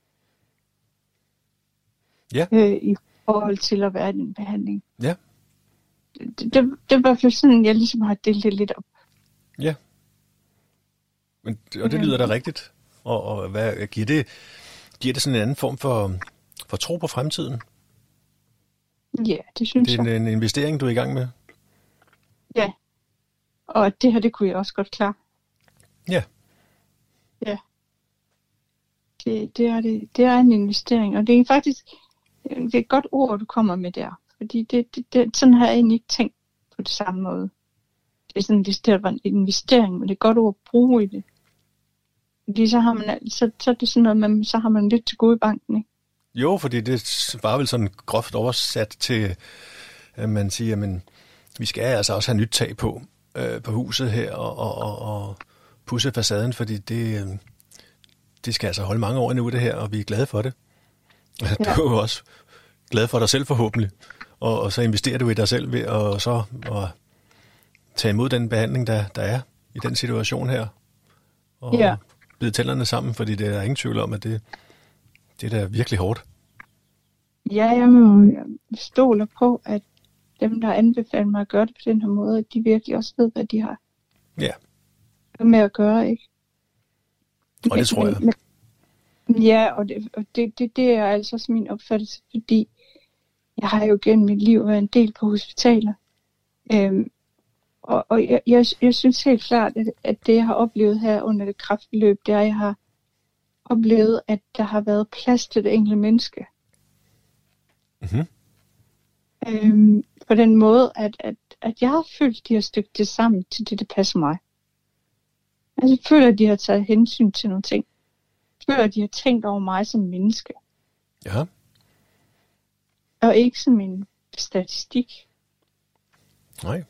S2: Ja.
S1: Øh, I forhold til at være i den behandling.
S2: Ja.
S1: Det, det, det er i hvert fald sådan, jeg ligesom har delt det lidt op.
S2: Ja. Men, og det lyder da rigtigt. Og, og hvad, giver, det, giver det sådan en anden form for, for tro på fremtiden?
S1: Ja, det synes jeg.
S2: Det er en, en investering, du er i gang med?
S1: Ja. Og det her, det kunne jeg også godt klare.
S2: Ja.
S1: Ja. Det, det, er, det, det er en investering, og det er faktisk det er et godt ord, du kommer med der. Fordi det, det, det, sådan har jeg egentlig ikke tænkt på det samme måde. Det er sådan, det var en investering, men det er et godt ord at bruge i det. Fordi så har man, så, så er det sådan noget, man, så har man lidt til gode i banken, ikke?
S2: Jo, fordi det var vel sådan groft oversat til, at man siger, men vi skal altså også have nyt tag på, øh, på huset her, og, og, og, pudse facaden, fordi det, øh, det skal altså holde mange år endnu, det her, og vi er glade for det. Ja. Du er jo også glad for dig selv forhåbentlig, og, og så investerer du i dig selv ved at så at tage imod den behandling, der, der er i den situation her, og
S1: ja.
S2: bide tænderne sammen, fordi det er ingen tvivl om, at det, det er da virkelig hårdt.
S1: Ja, jeg må stole på, at dem, der anbefaler mig at gøre det på den her måde, at de virkelig også ved, hvad de har
S2: ja.
S1: med at gøre, ikke?
S2: Og det tror jeg.
S1: Men, men, ja, og, det, og det, det, det er altså også min opfattelse, fordi jeg har jo gennem mit liv været en del på hospitaler. Øhm, og og jeg, jeg, jeg synes helt klart, at, at det, jeg har oplevet her under det kræftforløb, det er, at jeg har oplevet, at der har været plads til det enkelte menneske.
S2: Mm-hmm.
S1: Øhm, på den måde, at, at, at jeg har følt, at de har stykket det sammen til det, der passer mig. Altså, jeg føler, at de har taget hensyn til nogle ting. Jeg føler, at de har tænkt over mig som menneske.
S2: Ja.
S1: Og ikke som en statistik.
S2: Nej.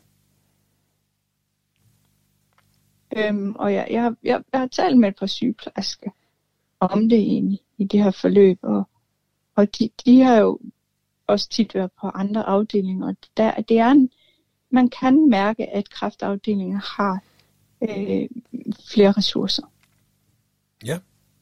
S1: Øhm, og jeg, jeg, jeg, jeg har talt med et par sygeplejersker om det egentlig, i det her forløb. Og, og de, de har jo også tit været på andre afdelinger. Og der, det er en, man kan mærke, at kræftafdelingen har øh, flere ressourcer.
S2: Ja.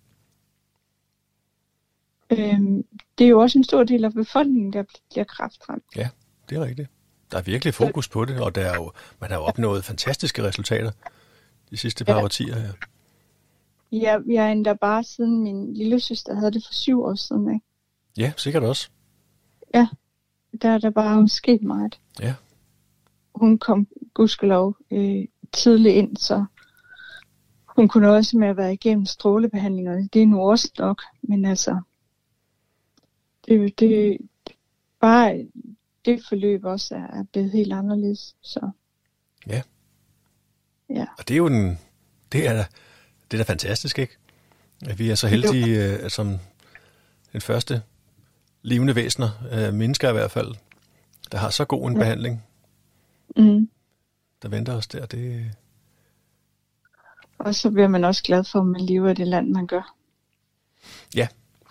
S1: Øhm, det er jo også en stor del af befolkningen, der bliver kræftramt.
S2: Ja, det er rigtigt. Der er virkelig fokus på det, og der er jo, man har jo opnået fantastiske resultater de sidste par ja. årtier her.
S1: Ja, jeg er endda bare siden min lille søster havde det for syv år siden, ikke?
S2: Ja, sikkert også.
S1: Ja, der er der bare sket meget.
S2: Ja.
S1: Hun kom, gudskelov, øh, tidligt ind, så hun kunne også med at være igennem strålebehandlingerne. Det er nu også nok, men altså, det, det bare det forløb også er, er blevet helt anderledes. Så.
S2: Ja.
S1: Ja.
S2: Og det er jo den, det er, det er da fantastisk, ikke? At vi er så heldige, øh, som den første levende væsener, øh, mennesker i hvert fald, der har så god en ja. behandling,
S1: mm.
S2: der venter os der. Det...
S1: Og så bliver man også glad for, at man lever i det land, man gør.
S2: Ja.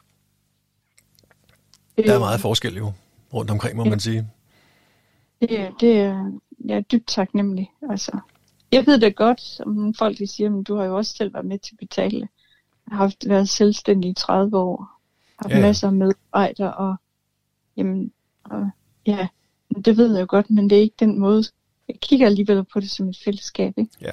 S2: Der er meget forskel jo rundt omkring, må ja. man sige.
S1: Det, det er jeg er dybt taknemmelig. Altså, jeg ved det godt, som folk de siger, men du har jo også selv været med til at betale. Jeg har haft været selvstændig i tredive år. Har haft ja. masser af medarbejdere, og jamen, og, ja, det ved jeg jo godt, men det er ikke den måde. Jeg kigger alligevel på det som et fællesskab, ikke?
S2: Ja.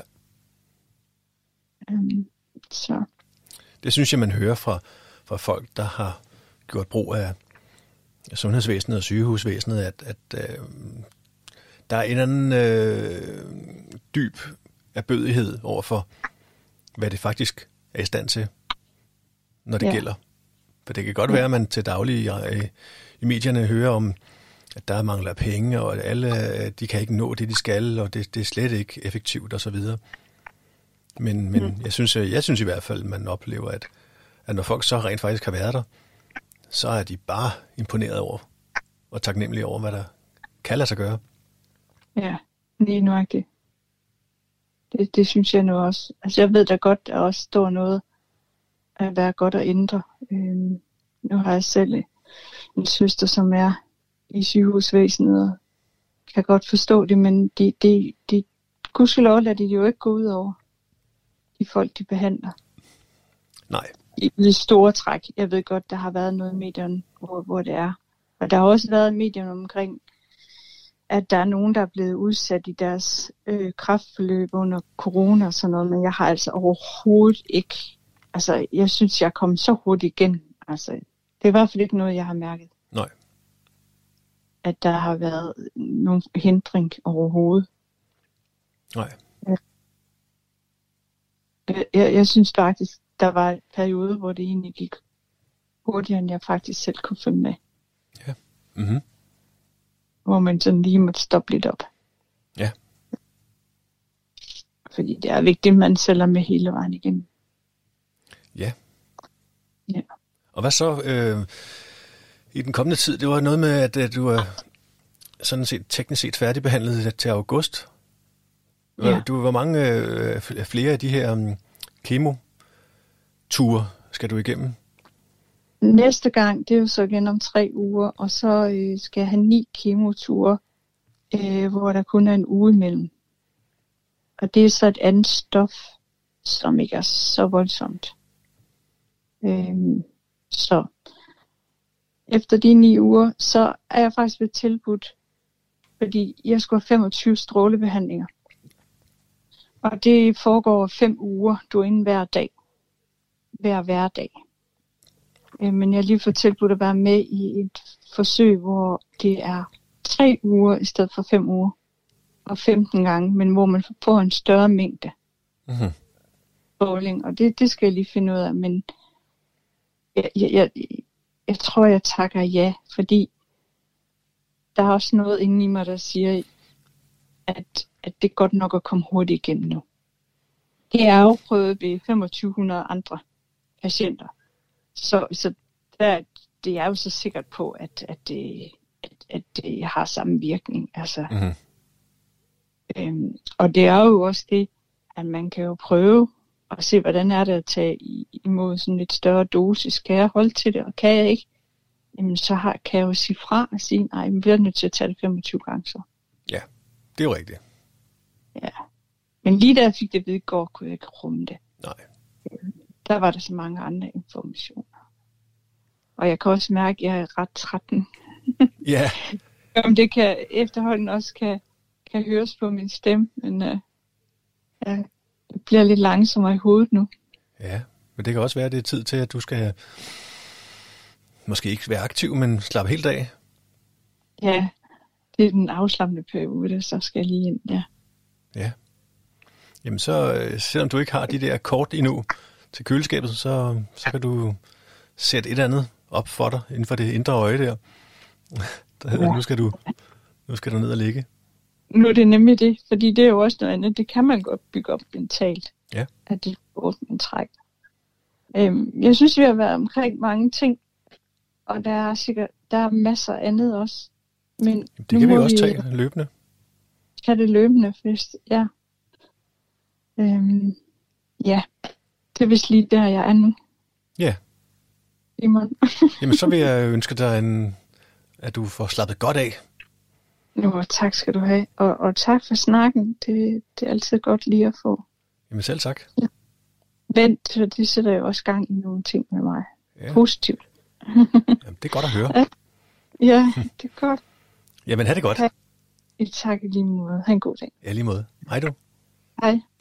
S1: Um, så. Det
S2: synes jeg, man hører fra, fra folk, der har gjort brug af sundhedsvæsenet og sygehusvæsenet, at, at øh, der er en anden øh, dyb erbødighed overfor, hvad det faktisk er i stand til, når det ja. gælder. For det kan godt ja. være, at man til daglig i, i medierne hører om, at der mangler penge, og at alle de kan ikke nå det, de skal, og det, det er slet ikke effektivt osv. Men, men mm. jeg, synes, jeg synes i hvert fald, at man oplever, at, at når folk så rent faktisk har været der, så er de bare imponeret over og taknemmelige over, hvad der kan lade sig gøre.
S1: Ja, lige nøjagtigt. Det, det synes jeg nu også. Altså jeg ved da godt, der også står noget at være godt at ændre. Øhm, nu har jeg selv en søster, som er i sygehusvæsenet og kan godt forstå det, men de, de, de gudskelov lader de jo ikke gå ud over de folk, de behandler.
S2: Nej.
S1: I det store træk. Jeg ved godt, der har været noget i medierne, hvor, hvor det er. Og der har også været i medierne omkring, at der er nogen, der er blevet udsat i deres øh, kræftforløb under corona og sådan noget, men jeg har altså overhovedet ikke, altså jeg synes, jeg er kommet så hurtigt igen. Altså, det er i hvert fald ikke noget, jeg har mærket.
S2: Nej.
S1: At der har været nogen hindring overhovedet.
S2: Nej.
S1: Jeg, jeg, jeg synes faktisk, der var en periode, hvor det egentlig gik hurtigere, end jeg faktisk selv kunne følge med.
S2: Ja. Mhm.
S1: Hvor man sådan lige måtte stoppe lidt op.
S2: Ja.
S1: Fordi det er vigtigt, at man sælger med hele vejen igen.
S2: Ja.
S1: Ja.
S2: Og hvad så øh, i den kommende tid? Det var noget med, at, at du er sådan set teknisk set færdigbehandlet til august.
S1: Ja.
S2: Du var mange øh, flere af de her um, kemo-ture skal du igennem?
S1: Næste gang, det er jo så igen om tre uger, og så øh, skal jeg have ni kemoture, øh, hvor der kun er en uge imellem. Og det er så et andet stof, som ikke er så voldsomt. Øhm, så efter de ni uger, så er jeg faktisk blevet tilbudt, fordi jeg skulle have femogtyve strålebehandlinger. Og det foregår fem uger, du er inde hver dag. Hver hverdag. Øh, men jeg har lige fået tilbudt at være med i et forsøg, hvor det er tre uger i stedet for fem uger. Og femten gange, men hvor man får en større mængde
S2: mm-hmm.
S1: stråling. Og det, det skal jeg lige finde ud af, men jeg, jeg, jeg, jeg tror, jeg takker ja, fordi der er også noget inde i mig, der siger, at, at det er godt nok at komme hurtigt igennem nu. Det er jo prøvet ved femogtyve hundrede andre patienter. Så, så der, det er jo så sikkert på, at, at, det, at, at det har samme virkning. Altså,
S2: mm-hmm.
S1: øhm, og det er jo også det, at man kan jo prøve at se, hvordan er det at tage imod sådan lidt større dosis. Kan jeg holde til det, og kan jeg ikke? Jamen, så har, kan jeg jo sige fra og sige, nej, vi bliver nødt til at tage det femogtyve gange så.
S2: Ja, det er jo rigtigt.
S1: Ja. Men lige da jeg fik det at vide i går, kunne jeg ikke rumme det.
S2: Nej.
S1: Der var der så mange andre informationer. Og jeg kan også mærke, at jeg er ret træt.
S2: Ja.
S1: Om det kan efterhånden også kan, kan høres på min stemme, men uh, jeg bliver lidt langsommere i hovedet nu.
S2: Ja, men det kan også være, at det er tid til, at du skal måske ikke være aktiv, men slappe helt af.
S1: Ja, det er den afslappende periode, så skal jeg lige ind, ja.
S2: Ja. Jamen så, selvom du ikke har de der kort endnu til køleskabet, så, så kan du sætte et eller andet op for dig inden for det indre øje der. der hedder, ja. nu, skal du, nu skal du ned og ligge.
S1: Nu er det nemlig det, fordi det er jo også noget andet. Det kan man godt bygge op mentalt,
S2: ja.
S1: At det er man træk. Øhm, jeg synes, vi har været omkring mange ting, og der er sikkert der er masser af andet også. Men
S2: det kan vi også tage vi, løbende.
S1: Kan det løbende, hvis, ja. Øhm, ja, det er vist lige der, jeg er nu.
S2: Ja.
S1: Simon.
S2: Jamen, så vil jeg ønske dig, en, at du får slappet godt af.
S1: Jo, tak skal du have. Og, og tak for snakken. Det, det er altid godt lige at få.
S2: Jamen, selv tak.
S1: Ja. Vent, for det sætter jo også gang i nogle ting med mig.
S2: Ja.
S1: Positivt.
S2: Jamen, det er godt at høre.
S1: Ja, ja det er godt.
S2: Jamen, have det godt.
S1: Tak, tak i lige måde. Ha' en god dag.
S2: Ja, lige måde. Hej du.
S1: Hej.